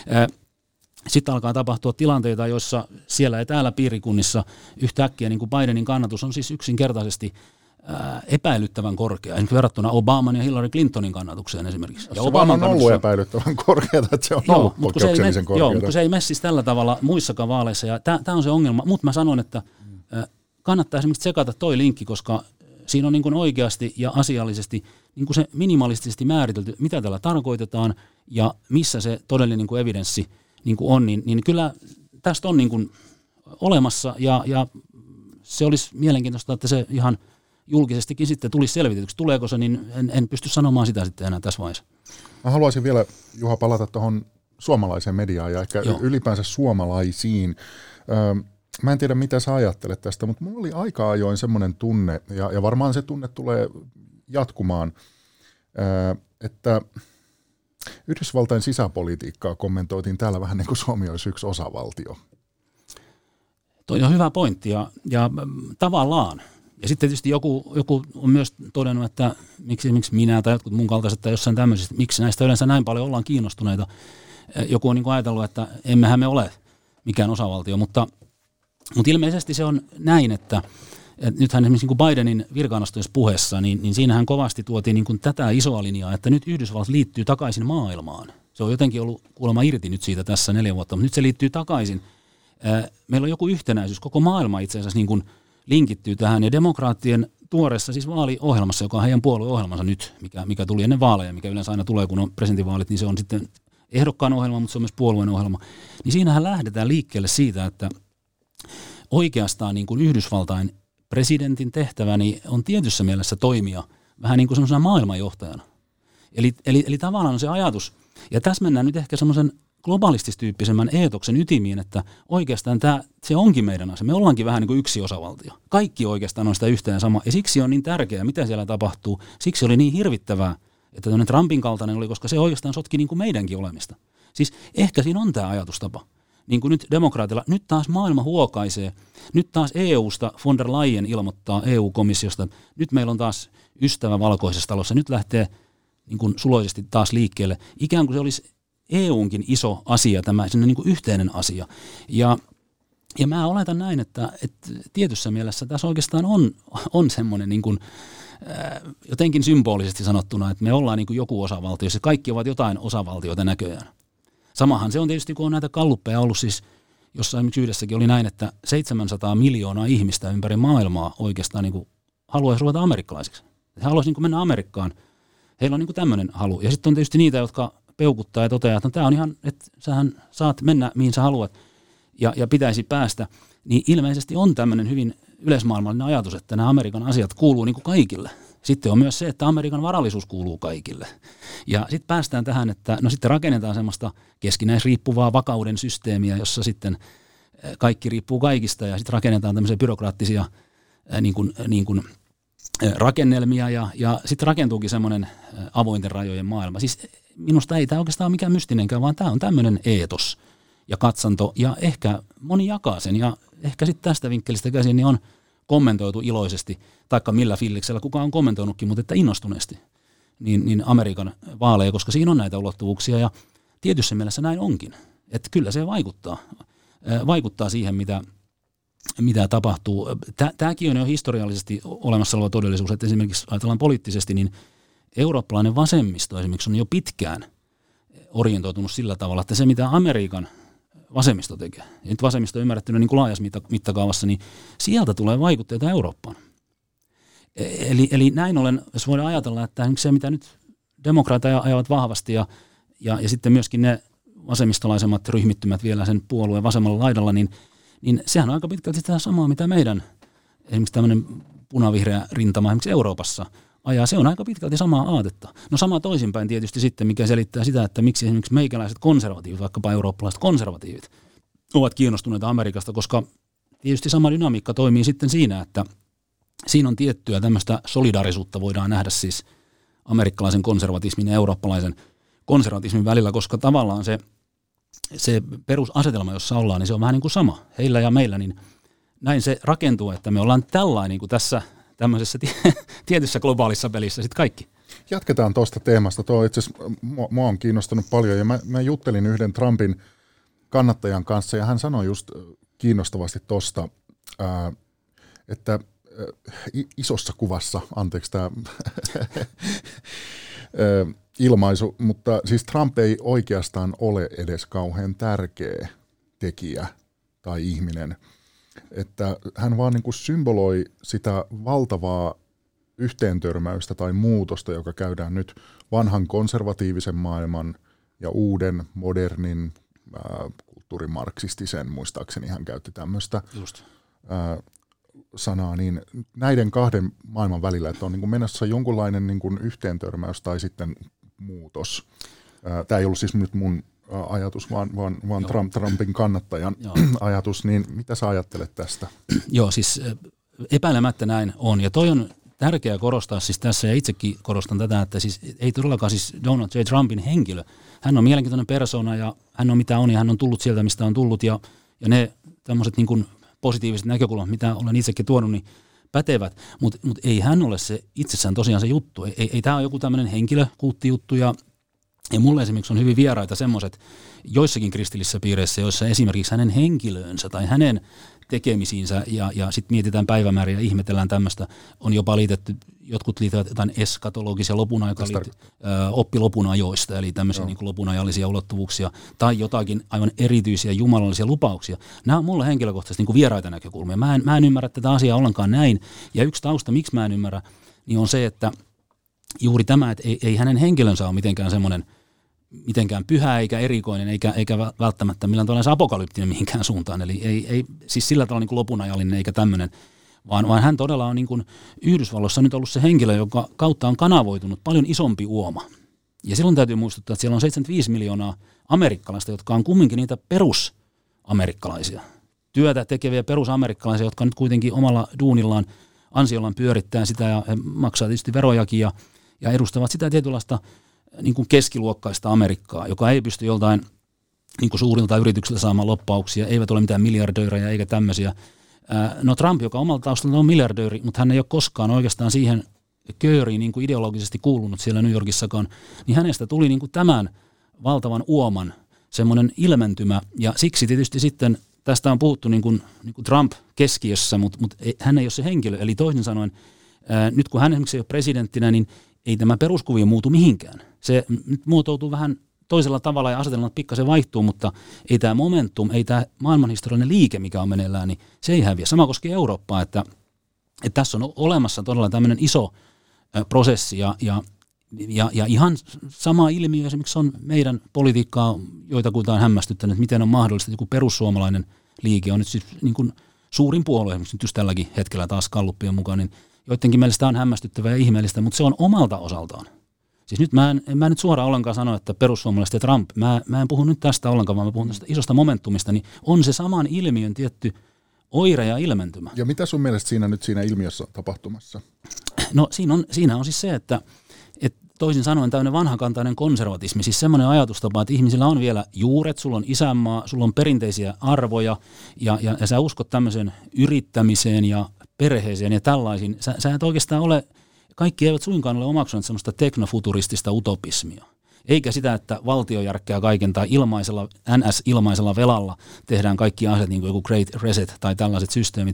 Sitten alkaa tapahtua tilanteita, joissa siellä ja täällä piirikunnissa yhtäkkiä niin kuin Bidenin kannatus on siis yksinkertaisesti epäilyttävän korkea, verrattuna Obaman ja Hillary Clintonin kannatukseen esimerkiksi. Ja Obama on ollut epäilyttävän korkeata, että se on ollut poikkeuksellisen korkeata. Joo, mutta se ei mene siis tällä tavalla muissakaan vaaleissa, ja tämä on se ongelma. Mutta mä sanon, että kannattaa esimerkiksi tsekata toi linkki, koska siinä on niin kuin oikeasti ja asiallisesti niin kuin se minimalistisesti määritelty, mitä tällä tarkoitetaan ja missä se todellinen niin kuin evidenssi niin kuin on, niin kyllä tästä on niin kuin olemassa ja se olisi mielenkiintoista, että se ihan julkisestikin sitten tulisi selvitetyksi. Tuleeko se, niin en pysty sanomaan sitä sitten enää tässä vaiheessa. Mä haluaisin vielä, Juha, palata tuohon suomalaiseen mediaan ja ehkä ylipäänsä suomalaisiin. Mä en tiedä, mitä sä ajattelet tästä, mutta mulla oli aika ajoin semmoinen tunne, ja varmaan se tunne tulee jatkumaan, että Yhdysvaltain sisäpolitiikkaa kommentoitiin täällä vähän niin kuin Suomi olisi yksi osavaltio. Toi on hyvä pointti, ja tavallaan. Ja sitten tietysti joku on myös todennut, että miksi minä tai jotkut mun kaltaiset tai jossain tämmöisistä, miksi näistä yleensä näin paljon ollaan kiinnostuneita. Joku on niin kuin ajatellut, että emmehän me ole mikään osavaltio, mutta ilmeisesti se on näin, että nythän esimerkiksi niin kuin Bidenin virkaanastumispuheessa, niin siinähän kovasti tuotiin niin kuin tätä isoa linjaa, että nyt Yhdysvallat liittyy takaisin maailmaan. Se on jotenkin ollut kuulemma irti nyt siitä tässä 4 vuotta, mutta nyt se liittyy takaisin. Meillä on joku yhtenäisyys, koko maailma itse asiassa niin kuin linkittyy tähän, ja demokraattien tuoreessa siis vaaliohjelmassa, joka on heidän puolueohjelmansa nyt, mikä tuli ennen vaaleja, mikä yleensä aina tulee, kun on presidentinvaalit, niin se on sitten ehdokkaan ohjelma, mutta se on myös puolueen ohjelma. Niin siinähän lähdetään liikkeelle siitä, että oikeastaan niin kuin Yhdysvaltain presidentin tehtäväni on tietyssä mielessä toimia vähän niin kuin semmoisena maailmanjohtajana. Eli tavallaan on se ajatus, ja tässä mennään nyt ehkä semmoisen globalististyyppisemmän eetoksen ytimiin, että oikeastaan se onkin meidän asia. Me ollaankin vähän niin kuin yksi osavaltio. Kaikki oikeastaan on sitä yhtä ja sama, ja siksi on niin tärkeää, mitä siellä tapahtuu. Siksi oli niin hirvittävää, että tämmöinen Trumpin kaltainen oli, koska se oikeastaan sotki niin kuin meidänkin olemista. Siis ehkä siinä on tämä ajatustapa. Niin kuin nyt demokraatilla, nyt taas maailma huokaisee, nyt taas EUsta von der Leyen ilmoittaa EU-komissiosta, nyt meillä on taas ystävä valkoisessa talossa, nyt lähtee niin kuin suloisesti taas liikkeelle, ikään kuin se olisi EUnkin iso asia, tämä niin kuin yhteinen asia. Ja mä oletan näin, että tietyssä mielessä tässä oikeastaan on semmoinen niin kuin, jotenkin symbolisesti sanottuna, että me ollaan niin kuin joku osavaltio, se kaikki ovat jotain osavaltioita näköjään. Samahan se on tietysti, kun on näitä galluppeja ollut, siis jossain yhdessäkin oli näin, että 700 miljoonaa ihmistä ympäri maailmaa oikeastaan niin kuin haluaisi ruveta amerikkalaisiksi. He haluaisivat niin kuin mennä Amerikkaan. Heillä on niin kuin tämmöinen halu. Ja sitten on tietysti niitä, jotka peukuttaa ja toteaa, että no, tämä on ihan, että sähän saat mennä mihin sä haluat ja pitäisi päästä. Niin ilmeisesti on tämmöinen hyvin yleismaailmallinen ajatus, että nämä Amerikan asiat kuuluu niin kuin kaikille. Sitten on myös se, että Amerikan varallisuus kuuluu kaikille. Ja sitten päästään tähän, että no sitten rakennetaan semmoista keskinäisriippuvaa vakauden systeemiä, jossa sitten kaikki riippuu kaikista ja sitten rakennetaan tämmöisiä byrokraattisia niin kuin rakennelmia ja sitten rakentuukin semmoinen avointen rajojen maailma. Siis minusta ei tämä oikeastaan ole mikään mystinenkään, vaan tämä on tämmöinen eetos ja katsanto ja ehkä moni jakaa sen ja ehkä sitten tästä vinkkelistä käsin niin on kommentoitu iloisesti, taikka millä fiiliksellä kukaan on kommentoinutkin, mutta että innostuneesti, niin Amerikan vaaleja, koska siinä on näitä ulottuvuuksia ja tietyssä mielessä näin onkin. Että kyllä se vaikuttaa siihen, mitä tapahtuu. Tämäkin on jo historiallisesti olemassa oleva todellisuus, että esimerkiksi ajatellaan poliittisesti, niin eurooppalainen vasemmisto esimerkiksi on jo pitkään orientoitunut sillä tavalla, että se mitä Amerikan vasemmisto tekee, ja nyt vasemmisto on ymmärrettynä niin kuin laajassa mittakaavassa, niin sieltä tulee vaikutteita Eurooppaan. Eli näin ollen, jos voidaan ajatella, että se mitä nyt demokraatit ajavat vahvasti ja sitten myöskin ne vasemmistolaisemmat ryhmittymät vielä sen puolueen vasemmalla laidalla, niin sehän on aika pitkälti sitä samaa, mitä meidän esimerkiksi tämmöinen punavihreä rintama esimerkiksi Euroopassa ajaa. Se on aika pitkälti samaa aatetta. No sama toisinpäin tietysti sitten, mikä selittää sitä, että miksi esimerkiksi meikäläiset konservatiivit, vaikkapa eurooppalaiset konservatiivit, ovat kiinnostuneita Amerikasta, koska tietysti sama dynamiikka toimii sitten siinä, että siinä on tiettyä tämmöistä solidaarisuutta voidaan nähdä siis amerikkalaisen konservatismin ja eurooppalaisen konservatismin välillä, koska tavallaan se perusasetelma, jossa ollaan, niin se on vähän niin kuin sama heillä ja meillä, niin näin se rakentuu, että me ollaan tällainen niin kuin tässä tämmöisessä tietyssä globaalissa pelissä sitten kaikki. Jatketaan tuosta teemasta. Tuo itse asiassa mua on kiinnostanut paljon, ja mä juttelin yhden Trumpin kannattajan kanssa, ja hän sanoi just kiinnostavasti tuosta, että isossa kuvassa, anteeksi tämä ilmaisu, mutta siis Trump ei oikeastaan ole edes kauhean tärkeä tekijä tai ihminen, että hän vaan niin kuin symboloi sitä valtavaa yhteentörmäystä tai muutosta, joka käydään nyt vanhan konservatiivisen maailman ja uuden modernin kulttuurimarksistisen, muistaakseni hän käytti tämmöistä sanaa, niin näiden kahden maailman välillä, että on niin kuin menossa jonkunlainen niin kuin yhteentörmäys tai sitten muutos. Tämä ei ollut siis nyt mun ajatus, vaan Trumpin kannattajan ajatus, niin mitä sä ajattelet tästä? Joo, siis epäilemättä näin on, ja toi on tärkeää korostaa siis tässä, ja itsekin korostan tätä, että siis ei todellakaan siis Donald J. Trumpin henkilö. Hän on mielenkiintoinen persona, ja hän on mitä on, ja hän on tullut sieltä, mistä on tullut, ja ne tämmöiset niin kuin positiiviset näkökulmat, mitä olen itsekin tuonut, niin pätevät, mutta ei hän ole se itsessään tosiaan se juttu. Ei tämä ole joku tämmöinen henkilökulttijuttu, ja mulle esimerkiksi on hyvin vieraita semmoiset joissakin kristillisissä piireissä, joissa esimerkiksi hänen henkilöönsä tai hänen tekemisiinsä ja sitten mietitään päivämääriä ja ihmetellään tämmöistä, on jopa liitetty, jotkut liittävät jotain eskatologisia oppilopun ajoista, eli tämmöisiä niin kuin lopunajallisia ulottuvuuksia, tai jotakin aivan erityisiä jumalallisia lupauksia. Nämä on mulle henkilökohtaisesti niin kuin vieraita näkökulmia. Mä en ymmärrä tätä asiaa ollenkaan näin, ja yksi tausta, miksi mä en ymmärrä, niin on se, että juuri tämä, että ei hänen henkilönsä ole mitenkään pyhä eikä erikoinen eikä välttämättä millään tavalla apokalyptinen mihinkään suuntaan. Eli ei siis sillä tavalla niin kuin lopunajallinen eikä tämmöinen, vaan hän todella on niin kuin Yhdysvalloissa nyt ollut se henkilö, joka kautta on kanavoitunut paljon isompi uoma. Ja silloin täytyy muistuttaa, että siellä on 75 miljoonaa amerikkalaista, jotka on kumminkin niitä perusamerikkalaisia. Työtä tekeviä perusamerikkalaisia, jotka nyt kuitenkin omalla duunillaan, ansiollaan pyörittää sitä ja he maksaa tietysti verojakin ja edustavat sitä tietynlaista niin kuin keskiluokkaista Amerikkaa, joka ei pysty joltain niin kuin suurilta yrityksiltä saamaan loppauksia, eivät ole mitään miljardöörejä eikä tämmöisiä. No Trump, joka omalta taustalta on miljardööri, mutta hän ei ole koskaan oikeastaan siihen kööriin niin kuin ideologisesti kuulunut siellä New Yorkissakaan, niin hänestä tuli niin kuin tämän valtavan uoman semmoinen ilmentymä, ja siksi tietysti sitten tästä on puhuttu niin kuin Trump keskiössä, mutta hän ei ole se henkilö, eli toisin sanoen, nyt kun hän esimerkiksi ei ole presidenttinä, niin ei tämä peruskuvio muutu mihinkään. Se nyt muotoutuu vähän toisella tavalla ja asetelmat pikkasen vaihtuu, mutta ei tämä momentum, ei tämä maailmanhistoriallinen liike, mikä on meneillään, niin se ei häviä. Sama koskee Eurooppaa, että tässä on olemassa todella tämmöinen iso prosessi ja ihan sama ilmiö esimerkiksi on meidän politiikkaa, joita kuitenkin on hämmästyttänyt, että miten on mahdollista, että joku perussuomalainen liike on nyt siis niin kuin suurin puolue, esimerkiksi nyt just tälläkin hetkellä taas Gallupien mukaan, niin joidenkin mielestä on hämmästyttävää ja ihmeellistä, mutta se on omalta osaltaan. Siis nyt mä en nyt suoraan ollenkaan sano, että perussuomalaiset ja Trump, mä en puhu nyt tästä ollenkaan, vaan mä puhun tästä isosta momentumista, niin on se saman ilmiön tietty oire ja ilmentymä. Ja mitä sun mielestä siinä ilmiössä tapahtumassa? No siinä on siis se, että toisin sanoen tämmöinen vanhakantainen konservatismi, siis semmoinen ajatustapa, että ihmisillä on vielä juuret, sulla on isänmaa, sulla on perinteisiä arvoja ja sä uskot tämmöiseen yrittämiseen ja perheeseen ja tällaisiin. Sä et oikeastaan ole, kaikki eivät suinkaan ole omaksuneet semmoista teknofuturistista utopismia. Eikä sitä, että valtio järkkää kaiken tai NS-ilmaisella velalla tehdään kaikki asiat niin kuin joku Great Reset tai tällaiset systeemit.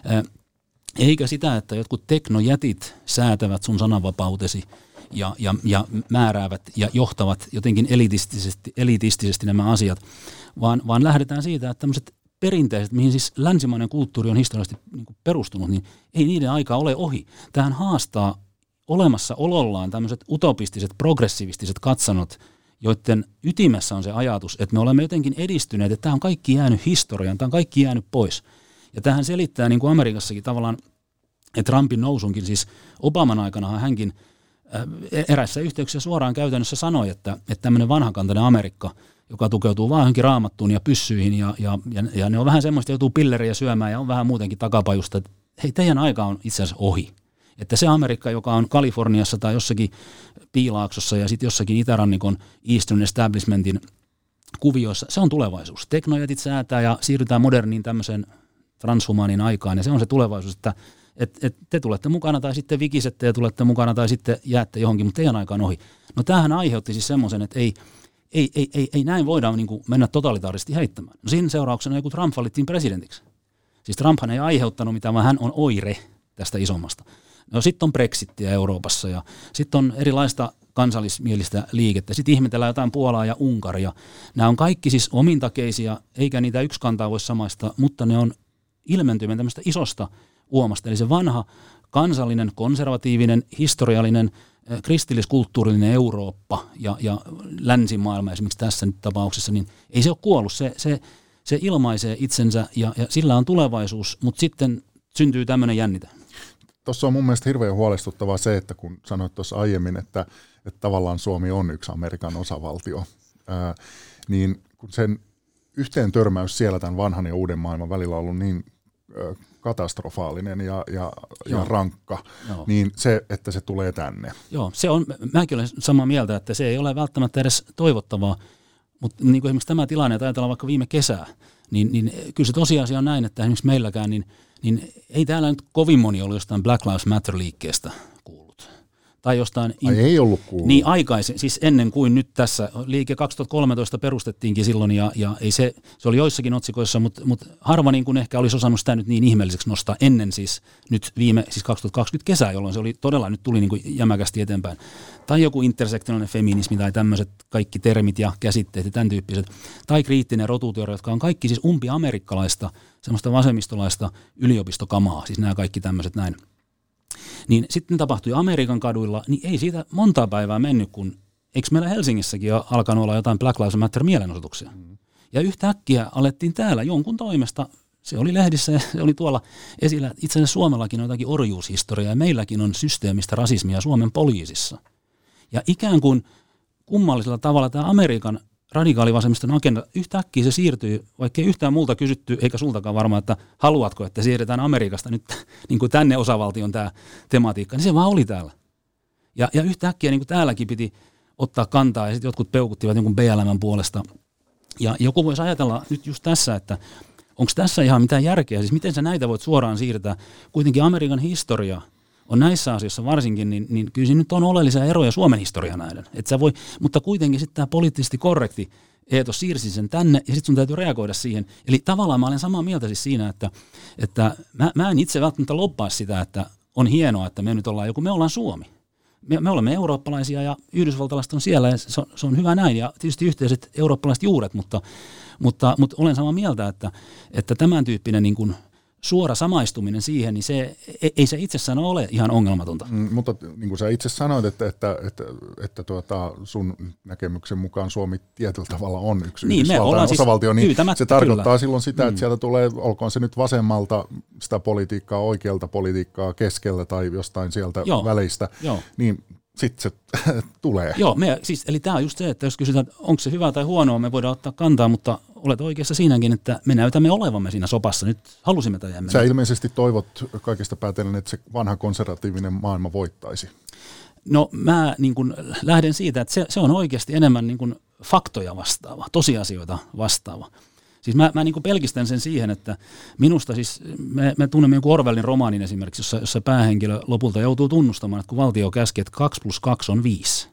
Eikä sitä, että jotkut teknojätit säätävät sun sananvapautesi ja määräävät ja johtavat jotenkin elitistisesti nämä asiat, vaan lähdetään siitä, että tämmöiset perinteiset, mihin siis länsimainen kulttuuri on historiallisesti niin kuin perustunut, niin ei niiden aika ole ohi. Tähän haastaa olemassa olollaan tämmöiset utopistiset, progressiivistiset katsannot, joiden ytimessä on se ajatus, että me olemme jotenkin edistyneet, että tämä on kaikki jäänyt historiaan, tämä on kaikki jäänyt pois. Ja tähän selittää niin kuin Amerikassakin tavallaan, että Trumpin nousunkin, siis Obaman aikanahan hänkin eräissä yhteyksissä suoraan käytännössä sanoi, että tämmöinen vanhakantainen Amerikka, joka tukeutuu vaan johonkin raamattuun ja pyssyihin ja ne on vähän semmoista, joutuu pilleriä syömään ja on vähän muutenkin takapajusta, että hei, teidän aika on itse asiassa ohi. Että se Amerikka, joka on Kaliforniassa tai jossakin Piilaaksossa ja sitten jossakin itärannikon Eastern Establishmentin kuvioissa, se on tulevaisuus. Teknojätit säätää ja siirrytään moderniin tämmöiseen transhumaaniin aikaan, ja se on se tulevaisuus, että te tulette mukana tai sitten vikisette ja tulette mukana tai sitten jäätte johonkin, mutta teidän aika on ohi. No tämähän aiheutti siis semmoisen, että ei näin voida niin kuin mennä totalitaarisesti heittämään. No siinä seurauksena joku Trump valittiin presidentiksi. Siis Trumphan ei aiheuttanut mitään, vaan hän on oire tästä isommasta. No sitten on Brexittiä Euroopassa ja sitten on erilaista kansallismielistä liikettä. Sitten ihmetellään jotain Puolaa ja Unkaria. Nämä on kaikki siis omintakeisia, eikä niitä yksi kantaa voi samaista, mutta ne on ilmentyminen tämmöistä isosta uomasta. Eli se vanha kansallinen, konservatiivinen, historiallinen, kristilliskulttuurillinen Eurooppa ja länsimaailma esimerkiksi tässä nyt tapauksessa, niin ei se ole kuollut. Se ilmaisee itsensä ja sillä on tulevaisuus, mutta sitten syntyy tämmöinen jännite. Tuossa on mun mielestä hirveän huolestuttavaa se, että kun sanoit tuossa aiemmin, että tavallaan Suomi on yksi Amerikan osavaltio, niin kun sen yhteen törmäys siellä tämän vanhan ja uuden maailman välillä on ollut niin katastrofaalinen ja rankka, niin se, että se tulee tänne. Joo, se on, mäkin olen samaa mieltä, että se ei ole välttämättä edes toivottavaa, mutta niin kuin esimerkiksi tämä tilanne, että ajatellaan vaikka viime kesää, niin kyllä se tosiasia on näin, että esimerkiksi meilläkään, niin ei täällä nyt kovin moni ollut jostain Black Lives Matter-liikkeestä kuullut. Tai jostain... ei ollut kuullut. Niin aikaisin, siis ennen kuin nyt tässä. Liike 2013 perustettiinkin silloin ja ei se oli joissakin otsikoissa, mutta harva niin kuin ehkä olisi osannut sitä nyt niin ihmeelliseksi nostaa ennen siis 2020 kesää, jolloin se oli todella, nyt tuli niin kuin jämäkästi eteenpäin. Tai joku intersektionaalinen feminismi tai tämmöiset kaikki termit ja käsitteet ja tämän tyyppiset. Tai kriittinen rotuteoria, jotka on kaikki siis umpi-amerikkalaista, semmoista vasemmistolaista yliopistokamaa, siis nämä kaikki tämmöiset näin. Niin sitten tapahtui Amerikan kaduilla, niin ei siitä montaa päivää mennyt, kun eikö meillä Helsingissäkin ole alkanut olla jotain Black Lives Matter mielenosoituksia. Ja yhtäkkiä alettiin täällä jonkun toimesta, se oli lehdissä ja se oli tuolla esillä, itse asiassa Suomellakin on jotakin orjuushistoriaa ja meilläkin on systeemistä rasismia Suomen poliisissa. Ja ikään kuin kummallisella tavalla tämä Amerikan radikaalivasemmiston agenda, yhtäkkiä se siirtyy, vaikka ei yhtään multa kysytty, eikä sultakaan varmaan, että haluatko, että siirretään Amerikasta nyt niin kuin tänne osavaltion tämä tematiikka, niin se vaan oli täällä. Ja yhtäkkiä niin kuin täälläkin piti ottaa kantaa, ja sitten jotkut peukuttivat jonkun BLM:n puolesta. Ja joku voisi ajatella nyt just tässä, että onko tässä ihan mitään järkeä, siis miten sä näitä voit suoraan siirtää, kuitenkin Amerikan historia on näissä asioissa varsinkin, niin kyllä siinä nyt on oleellisia eroja Suomen historian näiden. Et sä voi, mutta kuitenkin sitten tämä poliittisesti korrekti eetos siirsi sen tänne, ja sitten sun täytyy reagoida siihen. Eli tavallaan mä olen samaa mieltä siis siinä, että mä en itse välttämättä loppaa sitä, että on hienoa, että me nyt ollaan joku, me ollaan Suomi. Me olemme eurooppalaisia ja yhdysvaltalaiset on siellä, ja se on hyvä näin, ja tietysti yhteiset eurooppalaiset juuret, mutta olen samaa mieltä, että tämän tyyppinen niin kuin suora samaistuminen siihen, niin ei se itsessään ole ihan ongelmatonta. Mutta niin kuin sä itse sanoit, että sun näkemyksen mukaan Suomi tietyllä tavalla on yksi Yhdysvaltain osavaltio, niin se tarkoittaa kyllä silloin sitä, että sieltä tulee, olkoon se nyt vasemmalta sitä politiikkaa, oikealta politiikkaa, keskellä tai jostain sieltä väleistä, niin sitten se tulee. Joo, eli tämä on just se, että jos kysytään, onko se hyvä tai huonoa, me voidaan ottaa kantaa, mutta olet oikeassa siinäkin, että me näytämme olevamme siinä sopassa. Nyt halusimme tai jäämme. Sä ilmeisesti toivot kaikista päätellen, että se vanha konservatiivinen maailma voittaisi. No mä niin kun lähden siitä, että se on oikeasti enemmän niin kun faktoja vastaava, tosiasioita vastaava. Siis mä niin kuin pelkistän sen siihen, että minusta siis, me tunnemme joku Orwellin romaanin esimerkiksi, jossa päähenkilö lopulta joutuu tunnustamaan, että kun valtio käski, että 2+2 on 5.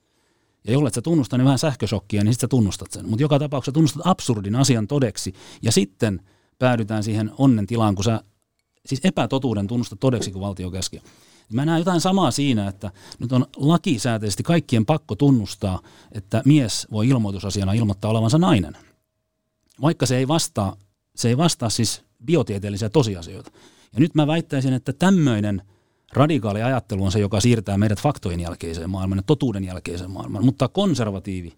Ja jollet sä tunnustat, niin vähän sähköshokkia, niin sitten sä tunnustat sen. Mutta joka tapauksessa tunnustat absurdin asian todeksi, ja sitten päädytään siihen onnen tilaan, kun sä siis epätotuuden tunnustat todeksi, kun valtio käski. Mä näen jotain samaa siinä, että nyt on lakisääteisesti kaikkien pakko tunnustaa, että mies voi ilmoitusasiana ilmoittaa olevansa nainen. Vaikka se ei vastaa siis biotieteellisiä tosiasioita. Ja nyt mä väittäisin, että tämmöinen radikaali ajattelu on se, joka siirtää meidät faktojen jälkeiseen maailmaan ja totuuden jälkeiseen maailmaan. Mutta konservatiivi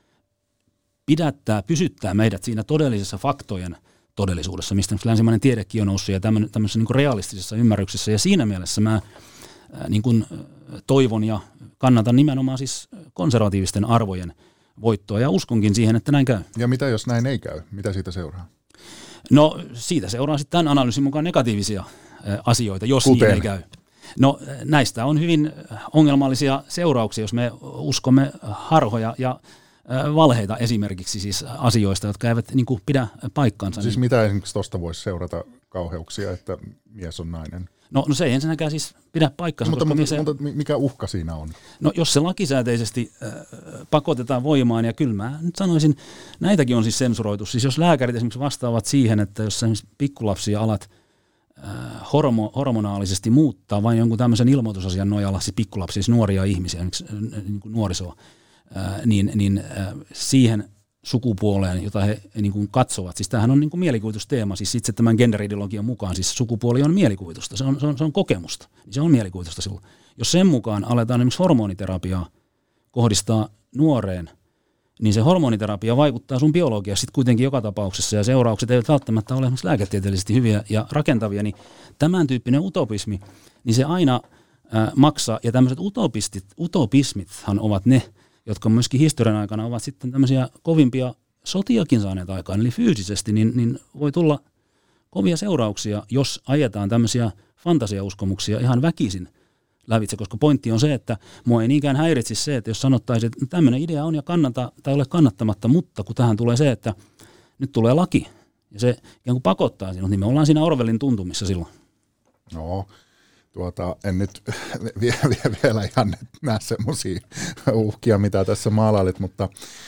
pysyttää meidät siinä todellisessa faktojen todellisuudessa, mistä länsimainen tiedekin on noussut ja tämmöisessä niin kuin realistisessa ymmärryksessä. Ja siinä mielessä mä niin kuin toivon ja kannatan nimenomaan siis konservatiivisten arvojen voittoa ja uskonkin siihen, että näin käy. Ja mitä jos näin ei käy? Mitä siitä seuraa? No siitä seuraa sitten tämän analyysin mukaan negatiivisia asioita, jos niin ei käy. No näistä on hyvin ongelmallisia seurauksia, jos me uskomme harhoja ja valheita esimerkiksi siis asioista, jotka eivät niin kuin pidä paikkaansa. Siis mitä esimerkiksi tuosta voisi seurata kauheuksia, että mies on nainen? No se ei ensinnäkään siis pidä paikkaansa. Mutta mikä uhka siinä on? No jos se lakisääteisesti pakotetaan voimaan, ja kyllä mä nyt sanoisin, näitäkin on siis sensuroitu. Siis jos lääkärit esimerkiksi vastaavat siihen, että jos esimerkiksi pikkulapsia alat hormonaalisesti muuttaa vain jonkun tämmöisen ilmoitusasian nojalla, siis pikkulapsia, siis nuoria ihmisiä, niin kuin nuorisoa, niin siihen sukupuoleen, jota he niin kuin katsovat. Siis tämähän on niin kuin mielikuvitusteema, siis itse tämän genderideologian mukaan, siis sukupuoli on mielikuvitusta, se on kokemusta, niin se on mielikuvitusta silloin. Jos sen mukaan aletaan esimerkiksi hormoniterapiaa kohdistaa nuoreen, niin se hormoniterapia vaikuttaa sun biologiassa sitten kuitenkin joka tapauksessa, ja seuraukset eivät välttämättä ole esimerkiksi lääketieteellisesti hyviä ja rakentavia, niin tämän tyyppinen utopismi, niin se aina maksaa, ja tämmöiset utopismithan ovat ne, jotka myöskin historian aikana ovat sitten tämmöisiä kovimpia sotiakin saaneet aikaan, eli fyysisesti, niin voi tulla kovia seurauksia, jos ajetaan tämmöisiä fantasiauskomuksia ihan väkisin lävitse, koska pointti on se, että mua ei niinkään häiritsisi se, että jos sanottaisiin, että tämmöinen idea on ja kannata tai ole kannattamatta, mutta kun tähän tulee se, että nyt tulee laki ja se ikään kuin pakottaa sinut, niin me ollaan siinä Orwellin tuntumissa silloin. No, en nyt vielä ihan näe semmoisia uhkia, mitä tässä maalailit, mutta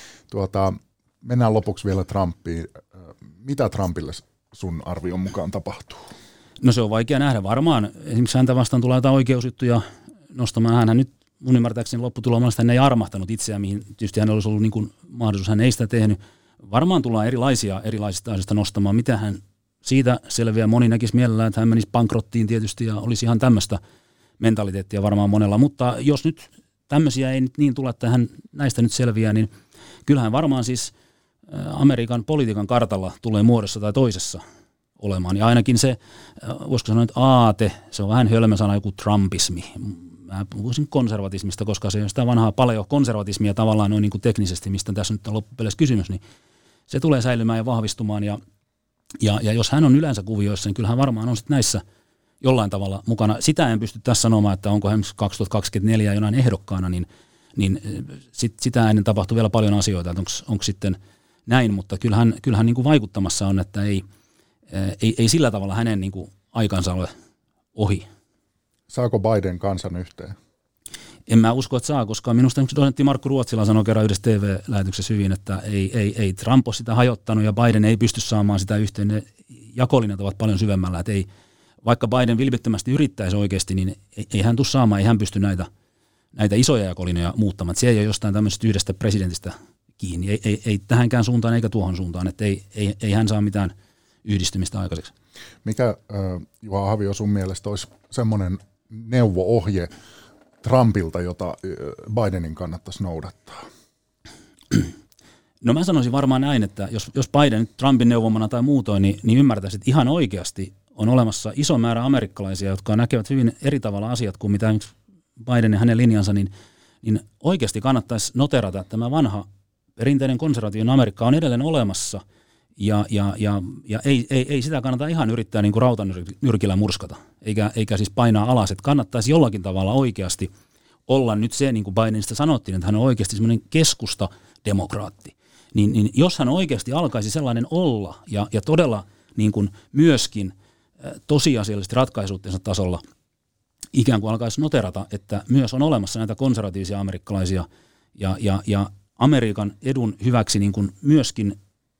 mennään lopuksi vielä Trumpiin. Mitä Trumpille sun arvion mukaan tapahtuu? No se on vaikea nähdä. Varmaan esimerkiksi häntä vastaan tulee jotain oikeusjuttuja nostamaan. Hän nyt mun ymmärtääkseni lopputulomasta hän ei armahtanut itseään, mihin tietysti hän olisi ollut niin kuin mahdollisuus, hän ei sitä tehnyt. Varmaan tullaan erilaisista asioista nostamaan, mitä hän siitä selviää. Moni näkisi mielellään, että hän menisi bankrottiin tietysti ja olisi ihan tämmöistä mentaliteettia varmaan monella. Mutta jos nyt tämmöisiä ei nyt niin tule, että hän näistä nyt selviää, niin kyllähän varmaan siis Amerikan politiikan kartalla tulee muodossa tai toisessa olemaan. Ja ainakin se, voisiko sanoa, että aate, se on vähän hölmö sana, joku trumpismi. Mä puhuisin konservatismista, koska se on sitä vanhaa paleokonservatismia tavallaan noin niin kuin teknisesti, mistä tässä nyt on loppupeleissä kysymys, niin se tulee säilymään ja vahvistumaan. Ja jos hän on yleensä kuvioissa, niin kyllähän varmaan on sitten näissä jollain tavalla mukana. Sitä en pysty tässä sanomaan, että onko hän 2024 jonain ehdokkaana, niin sitä ennen tapahtuu vielä paljon asioita, että onko sitten näin, mutta kyllähän niin kuin vaikuttamassa on, että ei sillä tavalla hänen niin kuin aikansa ole ohi. Saako Biden kansan yhteen? En mä usko, että saa, koska minusta dosentti Markku Ruotsila sanoi kerran yhdessä TV-lähetyksessä hyvin, että ei Trump ole sitä hajottanut ja Biden ei pysty saamaan sitä yhteen. Ne jakolinjat ovat paljon syvemmällä, että vaikka Biden vilpittömästi yrittäisi oikeasti, niin ei hän tule saamaan, ei hän pysty näitä isoja jakolinjoja muuttamaan. Se ei ole jostain tämmöisestä yhdestä presidentistä kiinni, ei tähänkään suuntaan eikä tuohon suuntaan, että ei hän saa mitään yhdistymistä aikaiseksi. Mikä, Juha Havio, sun mielestä olisi semmoinen neuvo-ohje Trumpilta, jota Bidenin kannattaisi noudattaa? No mä sanoisin varmaan näin, että jos Biden Trumpin neuvomana tai muutoin, niin ymmärtäisi, että ihan oikeasti on olemassa iso määrä amerikkalaisia, jotka näkevät hyvin eri tavalla asiat kuin mitä Biden ja hänen linjansa, niin oikeasti kannattaisi noterata, että tämä vanha perinteinen konservatiivinen Amerikka on edelleen olemassa, ja ei sitä kannata ihan yrittää niin kuin rautanyrkillä murskata, eikä siis painaa alas, että kannattaisi jollakin tavalla oikeasti olla nyt se, niin kuin Bidenista sanottiin, että hän on oikeasti semmoinen keskusta-demokraatti. Niin jos hän oikeasti alkaisi sellainen olla, ja todella niin kuin myöskin tosiasiallisesti ratkaisuuttensa tasolla ikään kuin alkaisi noterata, että myös on olemassa näitä konservatiivisia amerikkalaisia, ja Amerikan edun hyväksi niin kuin myöskin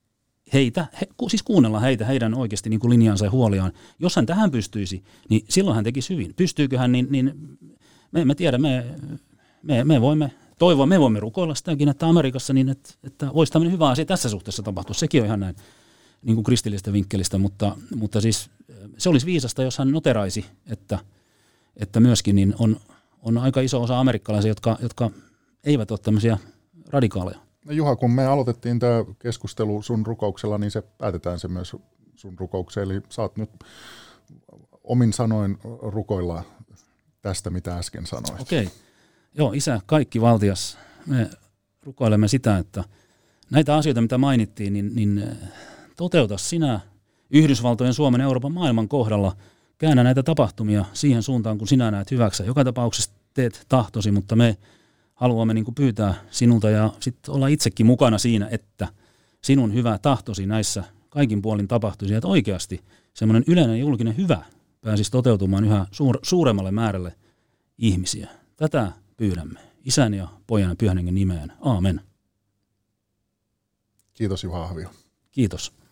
siis kuunnella heidän oikeasti niin kuin linjansa ja huoliaan. Jos hän tähän pystyisi, niin silloin hän tekisi hyvin. Pystyykö hän, niin me emme tiedä. Me voimme toivoa, me voimme rukoilla sitäkin, että Amerikassa, niin että olisi tämmöinen hyvä asia tässä suhteessa tapahtua. Sekin on ihan näin niin kuin kristillisestä vinkkelistä, mutta siis se olisi viisasta, jos hän noteraisi, että myöskin niin on aika iso osa amerikkalaisia, jotka eivät ole tämmöisiä radikaaleja. No Juha, kun me aloitettiin tämä keskustelu sun rukouksella, niin se päätetään se myös sun rukoukseen. Eli saat nyt omin sanoin rukoilla tästä, mitä äsken sanoit. Okei. Joo, Isä, kaikki valtias, me rukoilemme sitä, että näitä asioita, mitä mainittiin, niin toteuta sinä Yhdysvaltojen, Suomen, Euroopan, maailman kohdalla. käännä näitä tapahtumia siihen suuntaan, kun sinä näet hyväksi. Joka tapauksessa teet tahtosi, mutta me haluamme niin kuin pyytää sinulta ja sitten olla itsekin mukana siinä, että sinun hyvä tahtosi näissä kaikin puolin tapahtuisi, että oikeasti semmoinen yleinen julkinen hyvä pääsisi toteutumaan yhä suuremmalle määrälle ihmisiä. Tätä pyydämme Isän ja Pojan ja Pyhän Hengen nimeen. Aamen. Kiitos Juha Ahvio. Kiitos.